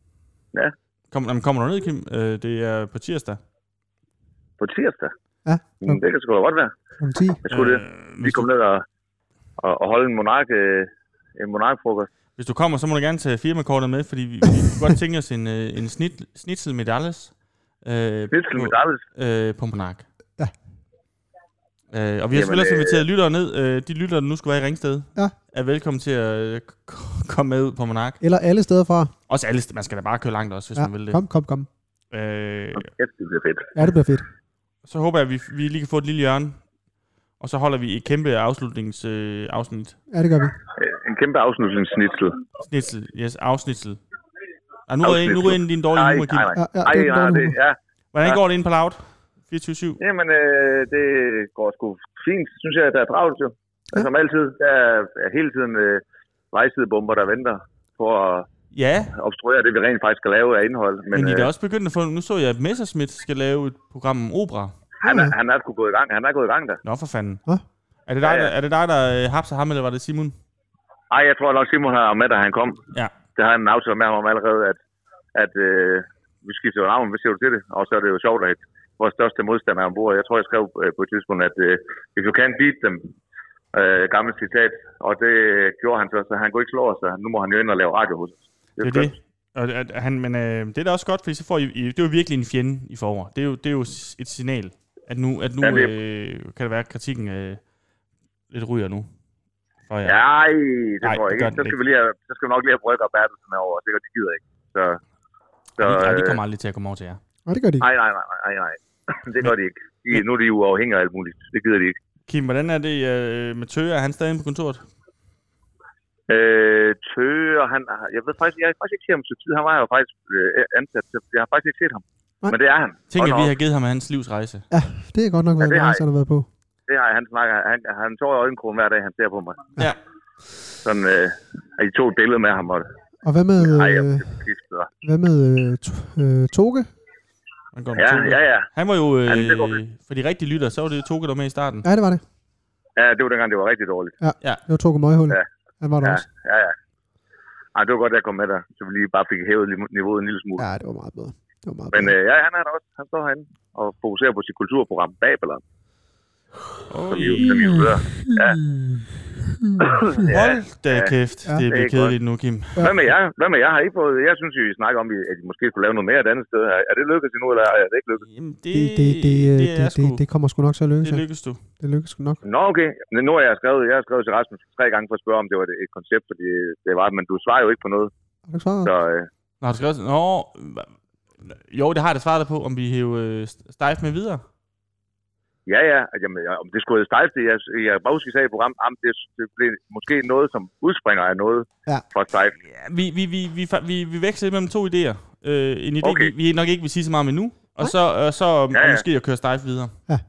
Kom, jamen, kommer du ned, Kim? Øh, det er på tirsdag. På tirsdag? Ja. Mm, det kan sgu da godt være. Om ti. Jeg skulle det. Øh, Vi hvis, kom du, ned og, og, og holde en monark, øh, en monarkfrokost. hvis du kommer, så må du gerne tage firmakortet med, fordi vi, vi kunne godt tænke os en, øh, en snit, snitsel medaljes. Øh, Snitsel på- medaljes? Øh, på Monark. Ja. Øh, og vi har Jamen, selvfølgelig også øh, inviteret lyttere ned. Øh, de lyttere, der nu skal være i Ringsted, Ja. er velkommen til at øh, k- komme med ud på Monark. Eller alle steder fra. Også alle, st- man skal da bare køre langt også, hvis Ja, man vil det. kom, kom, kom. Øh, Kæft, det bliver fedt. Ja, det bliver fedt. så håber jeg, at vi, vi lige kan få et lille hjørne. Og så holder vi et kæmpe afslutningsafsnit. Øh, afsnit. Ja, det gør vi. Øh, En kæmpe afslutningssnitsel. Snitsel, yes, afsnitsel. Ah, nu er nu er din dårlige Nej, humor, Kim. nej, nej. Ja, ja, Ej, det er nej, dårlig det, humor. ja. Hvordan Ja. går det inde på Loud? fireogtyve syv? Jamen, øh, det går sgu fint, synes jeg, der er travlt jo. Ja. Som altid, der er, er hele tiden øh, vejsidebomber, der venter på at Ja. obstruere det, vi rent faktisk skal lave af indhold. Men, Men I er da øh, også begyndt at få... Nu så jeg, at Messerschmidt skal lave et program om opera. han, er, han er sgu gået i gang. Han er gået i gang der. Nå, for fanden. Hå? Er det dig, Ja, ja. der, er det dig, der øh, hapser ham, eller var det Simon? Ej, jeg tror nok, Simon har med, da han kom. Ja. Det har han en aftale med ham om allerede, at, at øh, vi skifter jo navn, hvad siger du til det? Og så er det jo sjovt, at vores største modstander er ombord. Jeg tror, jeg skrev øh, på et tidspunkt, at øh, if you can't beat them, øh, gammelt citat, og det gjorde han så, så han kunne ikke slå os, så nu må han jo ind og lave radio hos os. Det er det. Og, at, han, men øh, det er da også godt, fordi så får I, I, det er jo virkelig en fjende, I får over. Det er jo, det er jo et signal, at nu, at nu Ja, det- øh, kan det være, at kritikken øh, lidt ryger nu. For jer. Ja, ej, det Nej, tror jeg det gør ikke. den Så skal, vi lige have, så skal vi nok lige have Brygger og Bertelsen over, det gør de gider ikke. Så, så, Og de, og de øh, kommer aldrig til at komme over til jer. Nej, det gør de ikke. nej, nej, nej, nej, nej. Det gør de ikke. De, nu er de jo afhængige af alt muligt. Det gider de ikke. Kim, hvordan er det øh, med Tøger? Er han stadig inde på kontoret? Øh, Tøger, han, jeg ved faktisk, jeg har faktisk ikke set ham så tid. Han var jo faktisk øh, ansat, så jeg har faktisk ikke set ham. Nej. Men det er han. Tænk, Hold at da vi op. har givet ham hans livsrejse. Ja, det er godt nok været det ja, har nice, han har været på. Det har jeg. Han snakker, han, han tår i øjenkrogen hver dag, han ser på mig. Ja. Sådan, øh, I tog et billede med ham, og Og hvad med, ej, jeg øh, blev skiftet. hvad med øh, to- øh, Toge? Han, går med Ja, Toge. ja, ja. Han var jo, øh, Ja, det går fint. for de rigtige lytter, så var det Toge, der var med i starten. Ja, det var det. Ja, det var dengang, det var rigtig dårligt. Det var Toge Møghul. Ja. Han var der Ja, også. ja, ja. Ej, det var godt, at jeg kom med der, så vi lige bare fik hævet li- niveauet en lille smule. Ja, det var meget bedre. Det var meget Men bedre. øh, ja, han er der også. Han står herinde og fokuserer på sit kulturprogram Babylon. Oh, Som I jo, som I jo hører. Ja. Hold da ja. kæft, Ja. det Det bliver er kedeligt nu, Kim. Ja. Hvad med jer? Hvad med jer? Har I fået? Jeg synes, I snakker om, at I måske skulle lave noget mere et andet sted. Er det lykkedes endnu, eller er det ikke lykkedes? Jamen, det, Det, det, det, øh, det, er det, sgu, det, det kommer sgu nok til at lykkes. det ja. lykkes du. Det lykkes sgu nok. Nå, okay. Men nu har jeg skrevet, jeg har skrevet til Rasmus tre gange for at spørge, om det var et, et koncept, fordi det var, men du svarer jo ikke på noget. Har du svaret? Så øh, Nå, har du skrevet, nå, jo, det har jeg da svaret dig på, om vi hæver øh, stejf med videre. ja, ja. Jamen, om det skulle have stejft, jeg, jeg bare husker, I sagde i programmet, om det, det blev måske noget, som udspringer af noget Ja. fra stejft. Ja, vi, vi, vi, vi, fa- vi, vi veksler mellem to idéer. Øh, en idé, Okay. vi, vi nok ikke vil sige så meget om endnu, og så, og så om, Ja, om ja. måske at køre stejf videre.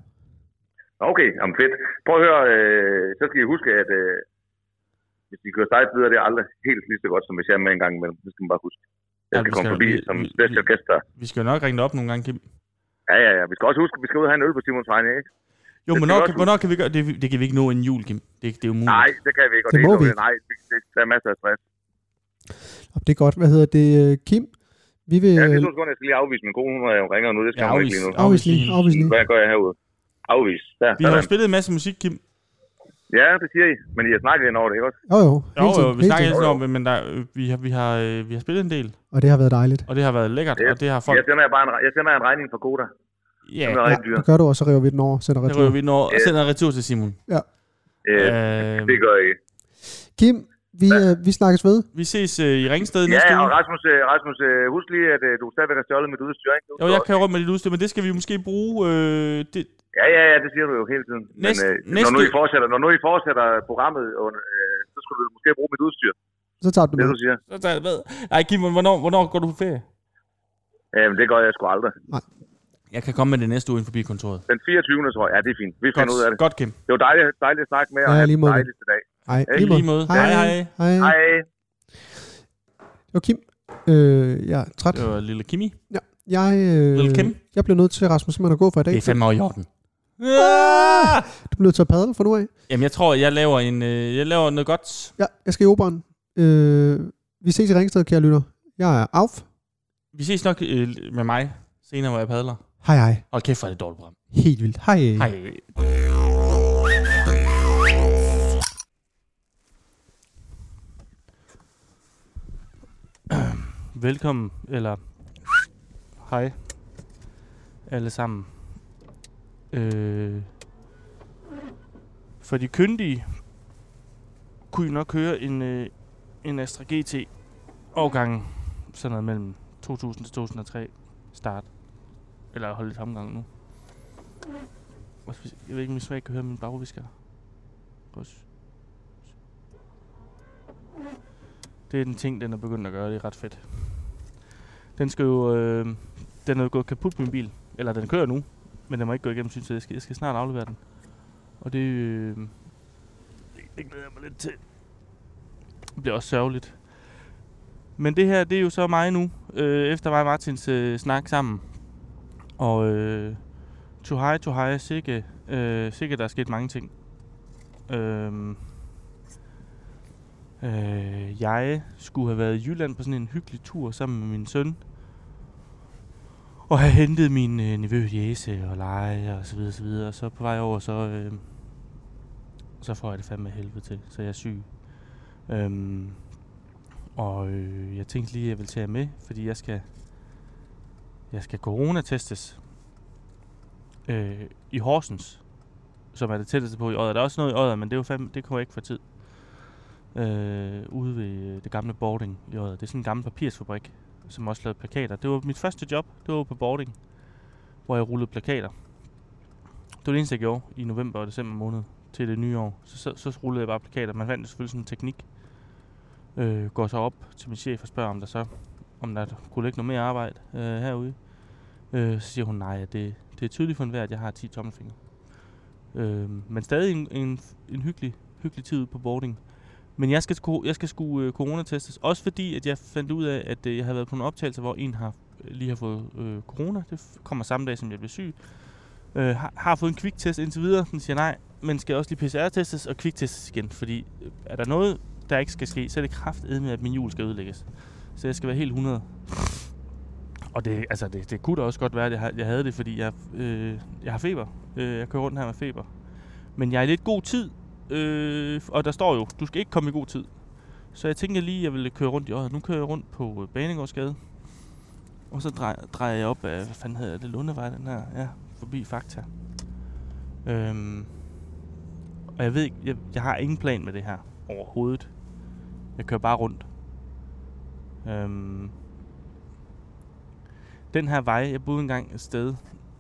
Okay, jamen fedt. Prøv at høre, øh, så skal I huske, at øh, hvis I kører stejft videre, det er aldrig helt lige så godt, som hvis jeg er med en gang imellem. Det skal man bare huske. Jeg Ja, skal vi komme skal- forbi vi- som vi- special gæst der. Vi skal jo nok ringe dig op nogle gange, Kim. Ja, ja, ja. Vi skal også huske, at vi skal ud og have en øl på Simons vegne, ikke? Jo, Det skal hvornår, vi kan, også hvornår kan vi gøre det? Det kan vi ikke nå inden jul, Kim. Det, det er jo muligt. Nej, det kan vi ikke. Og Det det, må er vi ikke. Nej, det, det, der er masser af stress. Og det er godt. Hvad hedder det? øh, Kim? Vi vil... Ja, det er to sekunder, jeg skal lige afvise min kone. Hun er jo ringer nu. Det skal Ja, hun afvis, ikke lige nu. Afvis lige. Afvis lige. Hvad gør jeg herude? Afvis. Der, Vi har jo sådan. spillet en masse musik, Kim. Ja, det siger I. Men I har snakket ind over det, ikke også? Jo, jo. Jo, Hele tiden, jo, vi hele snakker tiden. ikke om det, men der, øh, vi, har, vi, har, øh, vi har spillet en del, Og det har været dejligt. og det har været lækkert, Ja. og det har folk... Jeg sender jer bare en, jeg sender jer en regning for Koda. Ja, Den er Ja, rigtig dyr. det gør du, og så river vi den over. Sender det retur. rører vi når, og Ja. sender retur til Simon. Ja. Øh, Øh, det gør I. Kim, vi, øh, vi snakkes ved. vi ses øh, i Ringsted næste Ja, og uge. Rasmus, øh, Rasmus øh, husk lige, at øh, du stadigvæk har stjålet mit udstyr, ikke? Du Jo, jeg kan rundt med dit udstyr, men det skal vi måske bruge... Øh, det, Ja, ja, ja, det siger du jo hele tiden. Næste- Men øh, næste- når, nu I fortsætter, når nu I fortsætter programmet, øh, så skulle du måske bruge mit udstyr. Så tager du Det det du med. siger. så tager jeg med. Ej, Kim, hvornår, hvornår går du på ferie? Jamen, det gør jeg sgu aldrig. Jeg kan komme med det næste uge ind forbi kontoret. Den fireogtyvende tror jeg. Ja, det er fint. Vi finder ud af det. Godt, Kim. Det var dejligt, dejligt at snakke med jer. Ja, og have lige den måde. dejligste dag. Hej. Ja, I lige måde. Hej, hej. Hej. Hej. Det var Kim. Øh, jeg er træt. Det var lille Kimi. Ja. Jeg, øh, Lille Kim. jeg blev nødt til, Rasmus, simpelthen at gå for i dag. Det er fandme over i orden. Ah! Du bliver nødt til at padle for nu af. Jamen, jeg tror, jeg laver, en, øh, jeg laver noget godt. Ja, jeg skal i operan. Øh, vi ses i Ringsted, kære lytter. Jeg er Auf. Vi ses nok øh, med mig senere, hvor jeg padler. Hej hej. Hold kæft, for det dårligt program. Helt vildt. Hej. Hej. Velkommen, eller hej, alle sammen. Øh, for de kyndige kunne I nok høre en, øh, en Astra G T årgang, sådan noget mellem to tusind til to tusind og tre start. Eller holde lidt omgang nu. Jeg ved ikke, om I så ikke kan høre min bagvisker. Det er den ting, den er begyndt at gøre. Det er ret fedt. Den skal jo... Øh, den er jo gået kaput, min bil. Eller den kører nu, men den må ikke gå igennem synscelle. Jeg skal, jeg skal snart aflevere den. Og det, øh, det, det glæder jeg mig lidt til. Det bliver også sørgeligt. Men det her, det er jo så mig nu, øh, efter mig og Martins øh, snak sammen. Og øh, to high, to high, sikke, øh, sikke der er sket mange ting. Øh, øh, jeg skulle have været i Jylland på sådan en hyggelig tur sammen med min søn. Og have hentet min øh, nevø Jæse og lege og så videre, så videre. Og så på vej over, så, øh, så får jeg det fandme helvede til, så jeg er syg. Øhm, og øh, jeg tænkte lige, at jeg vil tage jer med, fordi jeg skal, jeg skal coronatestes øh, i Horsens, som er det tætteste på i Odder. Der er også noget i Odder, men det, er jo fandme, det kunne jeg ikke få tid. Øh, ude ved det gamle boarding i Odder. Det er sådan en gammel papirsfabrik, som også lavede plakater. Det var mit første job, det var på boarding, hvor jeg rullede plakater. Det var det eneste, jeg gjorde i november og december måned til det nye år. Så, så, så rullede jeg bare plakater. Man fandt selvfølgelig sådan en teknik. Øh, går så op til min chef og spørger, om der så om der kunne ligge noget mere arbejde øh, herude. Øh, så siger hun, nej, det, det er tydeligt for enhver, at jeg har ti tommelfingre. Øh, men stadig en, en, en hyggelig, hyggelig tid ude på boarding. Men jeg skal, jeg skal sgu øh, coronatestes. Også fordi, at jeg fandt ud af, at øh, jeg havde været på en optagelse, hvor en har, lige har fået øh, corona. Det kommer samme dag, som jeg blev syg. Øh, har, har fået en kviktest indtil videre. Den siger nej, men skal også lige P C R-testes og kviktestes igen. Fordi øh, er der noget, der ikke skal ske, så er det kraftedme, at min jul skal ødelægges. Så jeg skal være helt hundrede. Og det, altså det, det kunne da også godt være, at jeg, jeg havde det, fordi jeg, øh, jeg har feber. Øh, jeg kører rundt her med feber. Men jeg er i lidt god tid. Øh, og der står jo, du skal ikke komme i god tid. Så jeg tænker lige, at jeg vil køre rundt i Odder. Nu kører jeg rundt på Banegårdsgade. Og så drejer, drejer jeg op af, hvad fanden hedder det, Lundevej, den her, ja, forbi Fakta. Øhm, og jeg ved ikke, jeg, jeg har ingen plan med det her overhovedet. Jeg kører bare rundt. Øhm, den her vej, jeg boede engang et sted,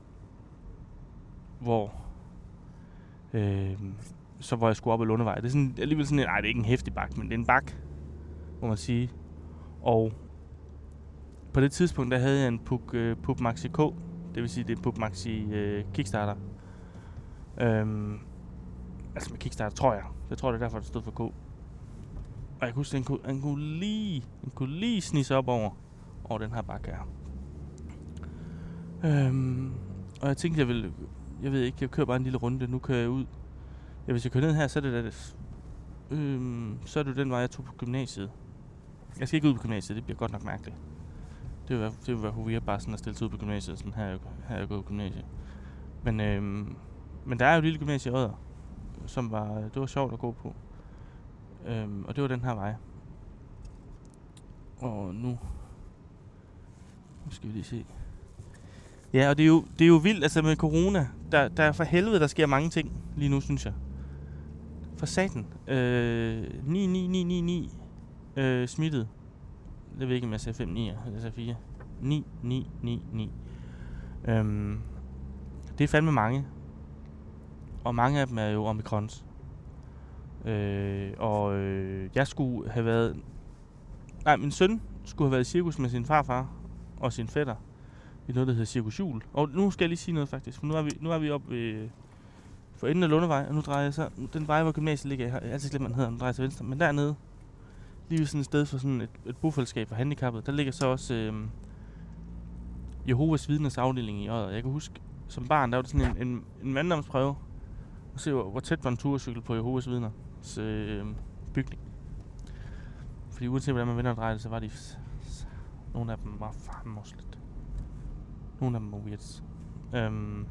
hvor øh, så hvor jeg skulle op ad Lundevej. Det er sådan, alligevel sådan en, nej, det er ikke en heftig bak, men det er en bak, må man sige. Og på det tidspunkt, der havde jeg en Puk, uh, Puch Maxi K, det vil sige, det er Puch Maxi uh, Kickstarter. Øhm, altså med Kickstarter, tror jeg. Jeg tror, det er derfor, det stod for K. Og jeg kunne huske, den kunne, den kunne lige, den kunne lige snige op over, over den her bakke her. Øhm, og jeg tænkte, jeg ville, jeg ved ikke, jeg kører bare en lille runde, nu kører jeg ud. Ja, hvis jeg kører ned her, så er det da det, øhm, så er det den vej, jeg tog på gymnasiet. Jeg skal ikke ud på gymnasiet, det bliver godt nok mærkeligt. Det vil være, det vil være weird bare sådan at stille sig ud på gymnasiet, sådan her, her er jeg gået på gymnasiet. Men, øhm, men der er jo et lille gymnasie i Odder, som var, det var sjovt at gå på. Øhm, og det var den her vej. Og nu, nu skal vi lige se. Ja, og det er jo, det er jo vildt, altså med corona, der, der er for helvede, der sker mange ting lige nu, synes jeg. For satan. Øh, ni ni ni ni ni øh, smittet. Jeg ved ikke, om jeg sagde fem ni, eller jeg sagde fire. ni ni ni ni. Øhm, det er fandme mange. Og mange af dem er jo omikrons. Øh, og øh, jeg skulle have været... Nej, min søn skulle have været i cirkus med sin farfar og sin fætter. I noget, der hedder Cirkus Jul. Og nu skal jeg lige sige noget, faktisk. For nu er vi, nu er vi oppe ved... For enden af Lundevej, og nu drejer jeg så... Den vej, hvor gymnasiet ligger, jeg har altid glemt, hvad den hedder, den drejer til venstre. Men dernede, lige ved sådan et sted for sådan et, et bofællesskab for handicappede, der ligger så også øh, Jehovas Vidners afdeling i Odder. Jeg kan huske, som barn, der var det sådan en, en, en manddomsprøve. Og se, hvor, hvor tæt var en turcykel på Jehovas Vidners øh, bygning. Fordi uanset hvordan man vender og drejer det, så var de... Nogle af dem var fandme også lidt. Nogle af dem var weirds. Øhm,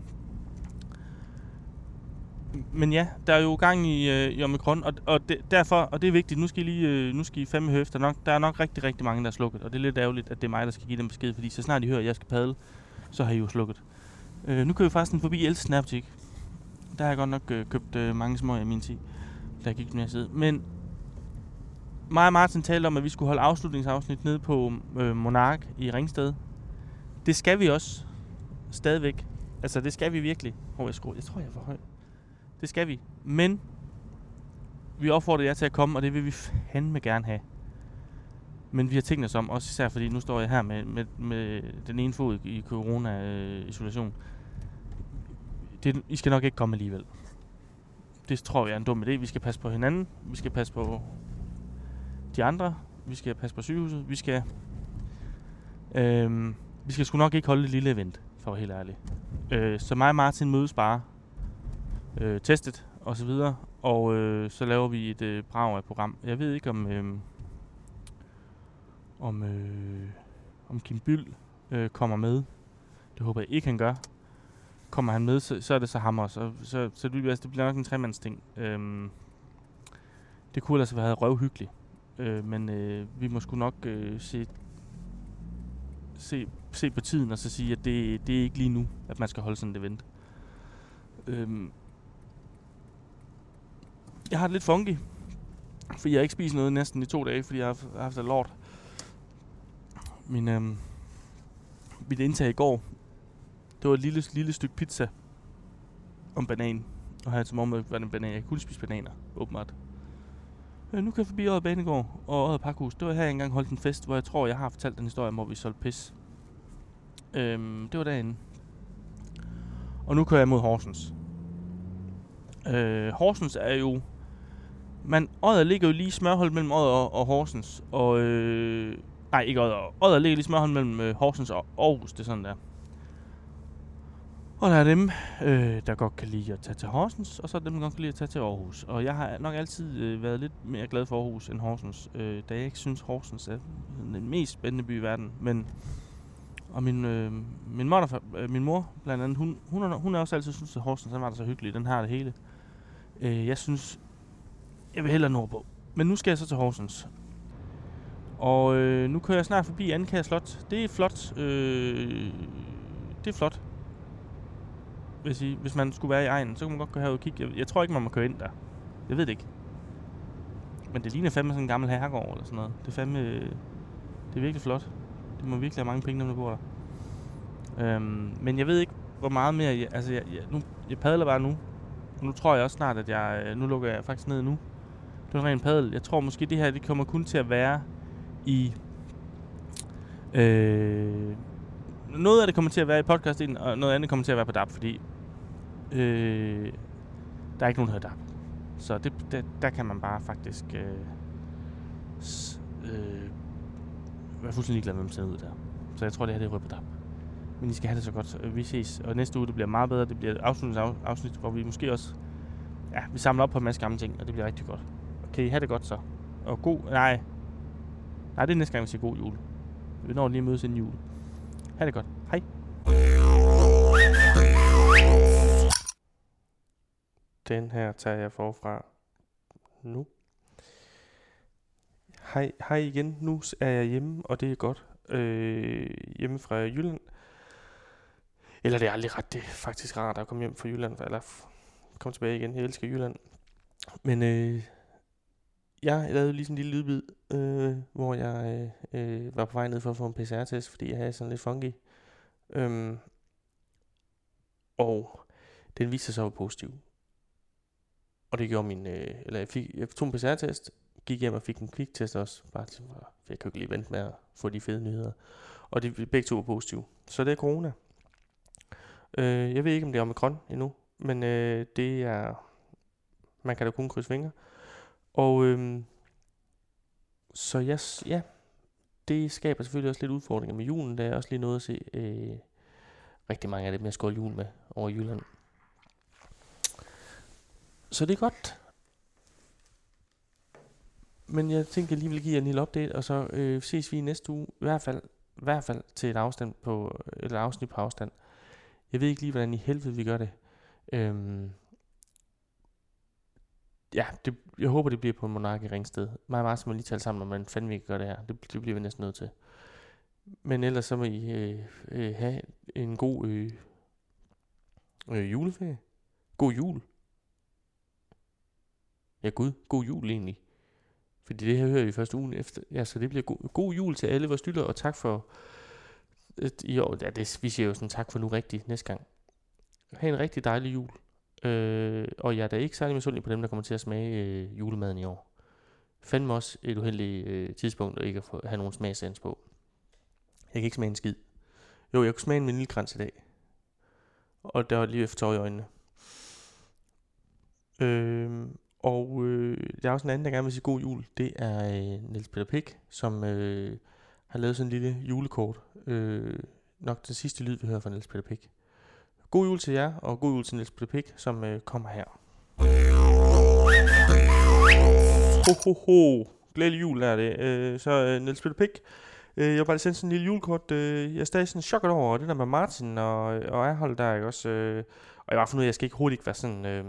men ja, der er jo gang i, øh, i omikron, og, og det, derfor, og det er vigtigt, nu skal I lige, øh, nu skal I fandme høre efter nok. Der er nok rigtig, rigtig mange, der er slukket, og det er lidt ærgerligt, at det er mig, der skal give dem besked, fordi så snart I hører, at jeg skal padle, så har I jo slukket. Øh, nu kører vi faktisk forbi Elses nærbutik. Der har jeg godt nok øh, købt øh, mange små i min tid, da jeg gik med at sidde. Men mig og Martin talte om, at vi skulle holde afslutningsafsnit nede på øh, Monark i Ringsted. Det skal vi også. Stadigvæk. Altså, det skal vi virkelig. Åh, oh, jeg skruer. Jeg tror, jeg er for høj. Det skal vi. Men vi opfordrer jer til at komme, og det vil vi fandme gerne have. Men vi har tænkt os om, også især fordi nu står jeg her med, med, med den ene fod i corona-isolation. Det, I skal nok ikke komme alligevel. Det tror jeg er en dum idé. Vi skal passe på hinanden. Vi skal passe på de andre. Vi skal passe på sygehuset. Vi skal... Øhm, vi skal sgu nok ikke holde et lille event, for at være helt ærlig. Øh, så mig og Martin mødes bare. Øh, testet og så videre. Og øh, så laver vi et øh, brag af program. Jeg ved ikke om... Øh, om, øh, om Kim Byld øh, kommer med. Det håber jeg ikke, han gør. Kommer han med, så, så er det så ham også. Og så, så det, altså, det bliver nok en tremandsting. Øhm, det kunne altså være røvhyggeligt. Øh, men øh, vi må sgu nok øh, se, se, se på tiden og så sige, at det, det er ikke lige nu, at man skal holde sådan et event. Øhm, jeg har det lidt funky, fordi jeg har ikke spist noget næsten i to dage, fordi jeg har haft det lort. Min, øhm, mit indtag i går, det var et lille, lille stykke pizza om banan. Og her til morgen var det en banan. Jeg kunne spise bananer, åbenbart. Øh, nu kan jeg forbi Odder Banegård og Odder Pakhus. Det var her, jeg engang holdt en fest, hvor jeg tror, jeg har fortalt den historie, hvor vi solgte pis. Øhm, det var derinde. Og nu kører jeg mod Horsens. Øh, Horsens er jo... Man, Odder ligger jo lige smørholdt mellem Odder og, og Horsens. Og... Øh, nej, ikke Odder. Odder ligger lige smørholdt mellem øh, Horsens og Aarhus. Det er sådan der. Og der er dem, øh, der godt kan lide at tage til Horsens, og så er dem, der godt kan lide at tage til Aarhus. Og jeg har nok altid øh, været lidt mere glad for Aarhus end Horsens, øh, da jeg ikke synes, Horsens er den mest spændende by i verden. Men, og min, øh, min, mor, øh, min mor, blandt andet, hun, hun, hun har også altid syntes, at Horsens var der så hyggelig. Den har det hele. Øh, jeg synes, jeg vil hellere nordpå. Men nu skal jeg så til Horsens. Og øh, nu kører jeg snart forbi Andenkær Slot. Det er flot. Øh, det er flot. Hvis, I, hvis man skulle være i egnen, så kunne man godt gå herud og kigge. Jeg, jeg tror ikke, man må køre ind der. Jeg ved det ikke. Men det ligner fandme sådan en gammel herregård eller sådan noget. Det er fandme... Det er virkelig flot. Det må virkelig have mange penge, når man bor der. Øhm, men jeg ved ikke, hvor meget mere... Jeg, altså, jeg, jeg, nu, jeg padler bare nu. Nu tror jeg også snart, at jeg... Nu lukker jeg faktisk ned nu. Det var en ren padel. Jeg tror måske, det her det kommer kun til at være i... Øh, noget af det kommer til at være i podcasten, og noget andet kommer til at være på D A B, fordi øh, der er ikke nogen, der hedder D A B. Så det, det, der kan man bare faktisk øh, s, øh, være fuldstændig glad med, at man sender ud der. Så jeg tror, det her det er rød på D A B. Men I skal have det så godt. Vi ses, og næste uge det bliver meget bedre. Det bliver et afslutningsafsnit, hvor vi måske også ja, vi samler op på en masse gamle ting, og det bliver rigtig godt. Okay, have det godt så. Og god... Nej. Nej, det er næste gang, vi siger god jul. Vi når lige at mødes inden jul. Ha' det godt. Hej. Den her tager jeg forfra nu. Hej, hej igen. Nu er jeg hjemme, og det er godt. Øh, hjemme fra Jylland. Eller det er aldrig ret. Det er faktisk rart at komme hjem fra Jylland. Eller komme tilbage igen. Jeg elsker Jylland. Men øh, jeg lavede lige sådan en lille lydbid, øh, hvor jeg øh, var på vej ned for at få en P C R-test, fordi jeg havde sådan lidt funky. Øhm, og den viste sig så var positiv. Og det gjorde min... Øh, eller jeg, fik, jeg tog en P C R-test, gik hjem og fik en kviktest også. Bare til, for jeg kan jo ikke lige vente med at få de fede nyheder. Og de begge to var positive. Så det er corona. Øh, jeg ved ikke, om det er omikron endnu, men øh, det er... Man kan da kun krydse fingre. Og øhm, så yes, ja, det skaber selvfølgelig også lidt udfordringer med julen. Der er også lige noget at se øh, rigtig mange af det med at skåle jul med over i Jylland. Så det er godt. Men jeg tænker lige vil give jer en lille update, og så øh, ses vi næste uge. I hvert fald, i hvert fald til et afstand på et afsnit på afstand. Jeg ved ikke lige hvordan i helvede vi gør det. Øhm, Ja, det, jeg håber, det bliver på en Monark i Ringsted. Mig og Martin må lige tale sammen, om man fandme ikke gør det her. Det, det bliver vi næsten nødt til. Men ellers så må I øh, øh, have en god øh, øh, juleferie. God jul. Ja, gud. God jul egentlig. Fordi det her hører vi først ugen efter. Ja, så det bliver go- god jul til alle vores lyttere. Og tak for... Øh, i år. Ja, det, vi siger jo sådan tak for nu rigtigt næste gang. Ha' en rigtig dejlig jul. Øh, og jeg er da ikke særlig misundelig på dem, der kommer til at smage øh, julemaden i år. fandme også et uheldigt øh, tidspunkt at ikke at få, have nogen smagsans på. Jeg kan ikke smage en skid. Jo, jeg kunne smage en vaniljekrans i dag. Og der var lige efter tår i øjnene. Øh, og øh, der er også en anden, der gerne vil sige god jul. Det er øh, Niels Peter Pick, som øh, har lavet sådan en lille julekort. Øh, nok den sidste lyd, vi hører fra Niels Peter Pick. God jul til jer, og god jul til Niels Peter Pick, som øh, kommer her. Ho, ho, ho. Glædelig jul er det. Øh, så øh, Niels Peter Pick, øh, jeg vil bare sendt sådan en lille julekort. Øh, jeg er stadig sådan chokket over det der med Martin og, og Erhold der, ikke også? Øh, og jeg var fundet ud af, at jeg skal ikke hurtigt ikke være sådan øh,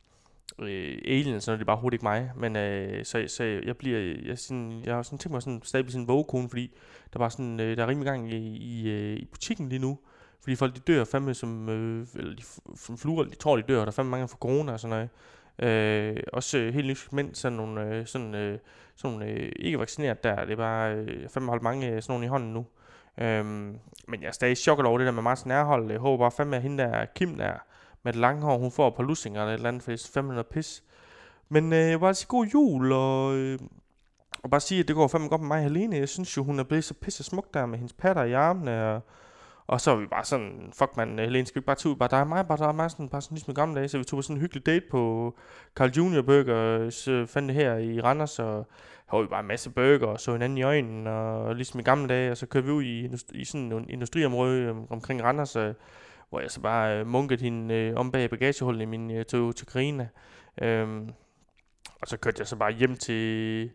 øh, alien, så er det bare hurtigt ikke mig. Men øh, så, så jeg bliver, jeg, sådan, jeg har sådan tænkt mig sådan, stadig blive sådan en vågekone, fordi der var sådan, øh, der er rimelig gang i, i, øh, i butikken lige nu. Fordi folk de dør fandme som, øh, eller de f- fluer, de tror de dør, og der er fandme mange for corona og sådan noget. Øh, også øh, helt nyt mænd, sådan nogle, øh, sådan, øh, sådan nogle øh, ikke vaccineret der, det er bare, øh, jeg fandme holdt mange øh, sådan nogle i hånden nu. Øh, men jeg er stadig chokket over det der med Martin Erhold. Jeg håber bare fandme, at hende der Kim der, med det lange hår, hun får på lussinger eller et eller andet, for det er fandme noget pis. Men øh, jeg vil bare sige god jul, og, øh, og bare sige, at det går fandme godt med mig og Helene. Jeg synes jo, hun er blevet så pisse smuk der med hendes patter i armene, og Og så var vi bare sådan, fuck man, Helene, skal vi ikke bare tage ud? Bare dig og mig, bare dig og mig, sådan, bare sådan ligesom i gamle dage. Så vi tog på sådan en hyggelig date på Carl Junior Burger, så fandt det her i Randers, og havde vi bare en masse burger, og så hinanden i øjnene, og ligesom i gamle dage, og så kørte vi ud i, i sådan en industriområde um, omkring Randers, uh, hvor jeg så bare uh, munkede hende uh, om bag bagagehullet i min uh, Toyota Carina. Um, og så kørte jeg så bare hjem til...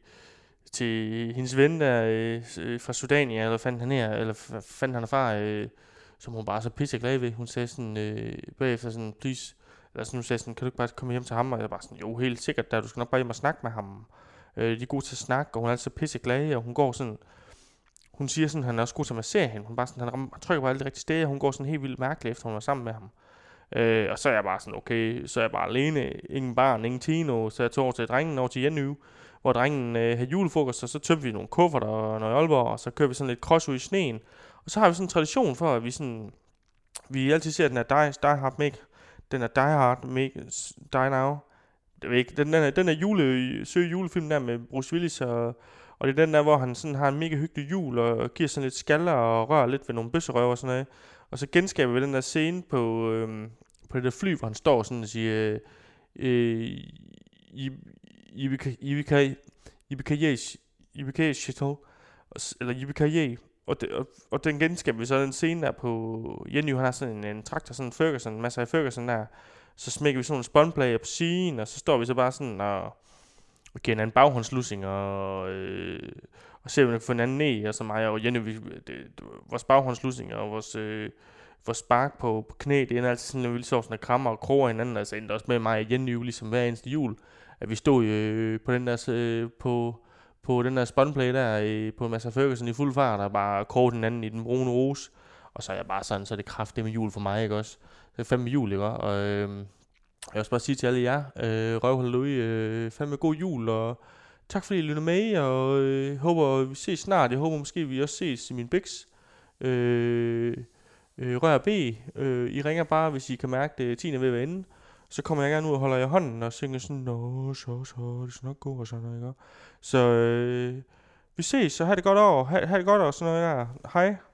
til hendes ven der øh, fra Sudania, eller fandt han her, eller fandt han far, øh, som hun bare så pisse glad ved. Hun sagde sådan, øh, bagefter sådan, please, eller sådan, hun sagde sådan, kan du ikke bare komme hjem til ham? Og jeg bare sådan, jo, helt sikkert, der, du skal nok bare hjem og snakke med ham. Øh, de er gode til at snakke, og hun er altså pisse glad, og hun går sådan, hun siger sådan, han er også god til at massere hende. Hun bare sådan, han trykker på alle de rigtige steder, og hun går sådan helt vildt mærkeligt, efter hun var sammen med ham. Øh, og så er jeg bare sådan, okay, så er jeg bare alene, ingen barn, ingen Tino, så jeg tog over til drengen, over til Jenny, hvor drengen øh, havde julefrokost, og så tømte vi nogle kufferter og noget Aalborg, og så kører vi sådan lidt cross ud i sneen. Og så har vi sådan en tradition for, at vi sådan, vi altid ser, at den er Die, die Hard Make, den er Die Hard Make, Die Now. Det er ikke, den, den, er, den er jule, søge julefilm der med Bruce Willis, og, og det er den der, hvor han sådan har en mega hyggelig jul, og giver sådan lidt skaller og rører lidt ved nogle bøsserøver og sådan noget. Og så genskaber vi den der scene på, øh, på det der fly, hvor han står sådan og siger, øh, i Ibika Shuttle, eller Ibika, og, og, og den genskaber vi så den scene der på Jenny, han har sådan en, en traktor, sådan en Ferguson, en masse af Ferguson der, så smækker vi sådan en spåndplager på siden, og så står vi så bare sådan og, og giver en baghåndslussing, og, øh, og ser vi kan få en anden ned, og så mig og Jenny, vi, det, det, vores baghåndslussing og vores, øh, vores spark på, på knæ, det er altid sådan, at vi så sådan, at krammer og kroger hinanden, altså endte også med mig og Jenny, ligesom hver eneste jul, at vi stod øh, på den der øh, på på den der spåndplay der øh, på Mads Ferguson i fuld fart, og bare krog den anden i den brune rose, og så er jeg bare sådan, så er det kraftigt med jul for mig, ikke også? Det er fandme jul, ikke også? Og øh, jeg vil også bare sige til alle jer, øh, røvhold derude, øh, fandme god jul, og tak fordi I lytter med, og øh, håber vi ses snart. Jeg håber måske vi også ses i min biks. Øh, øh, rør B. Øh, I ringer bare, hvis I kan mærke det, tiden er ved at være inde. Så kommer jeg gerne ud og holder i hånden og synger sådan, nå, så, så, det skal nok gå og sådan noget, ikke? Så øh, vi ses, så have det godt over, ha, ha det godt over sådan noget der. Hej.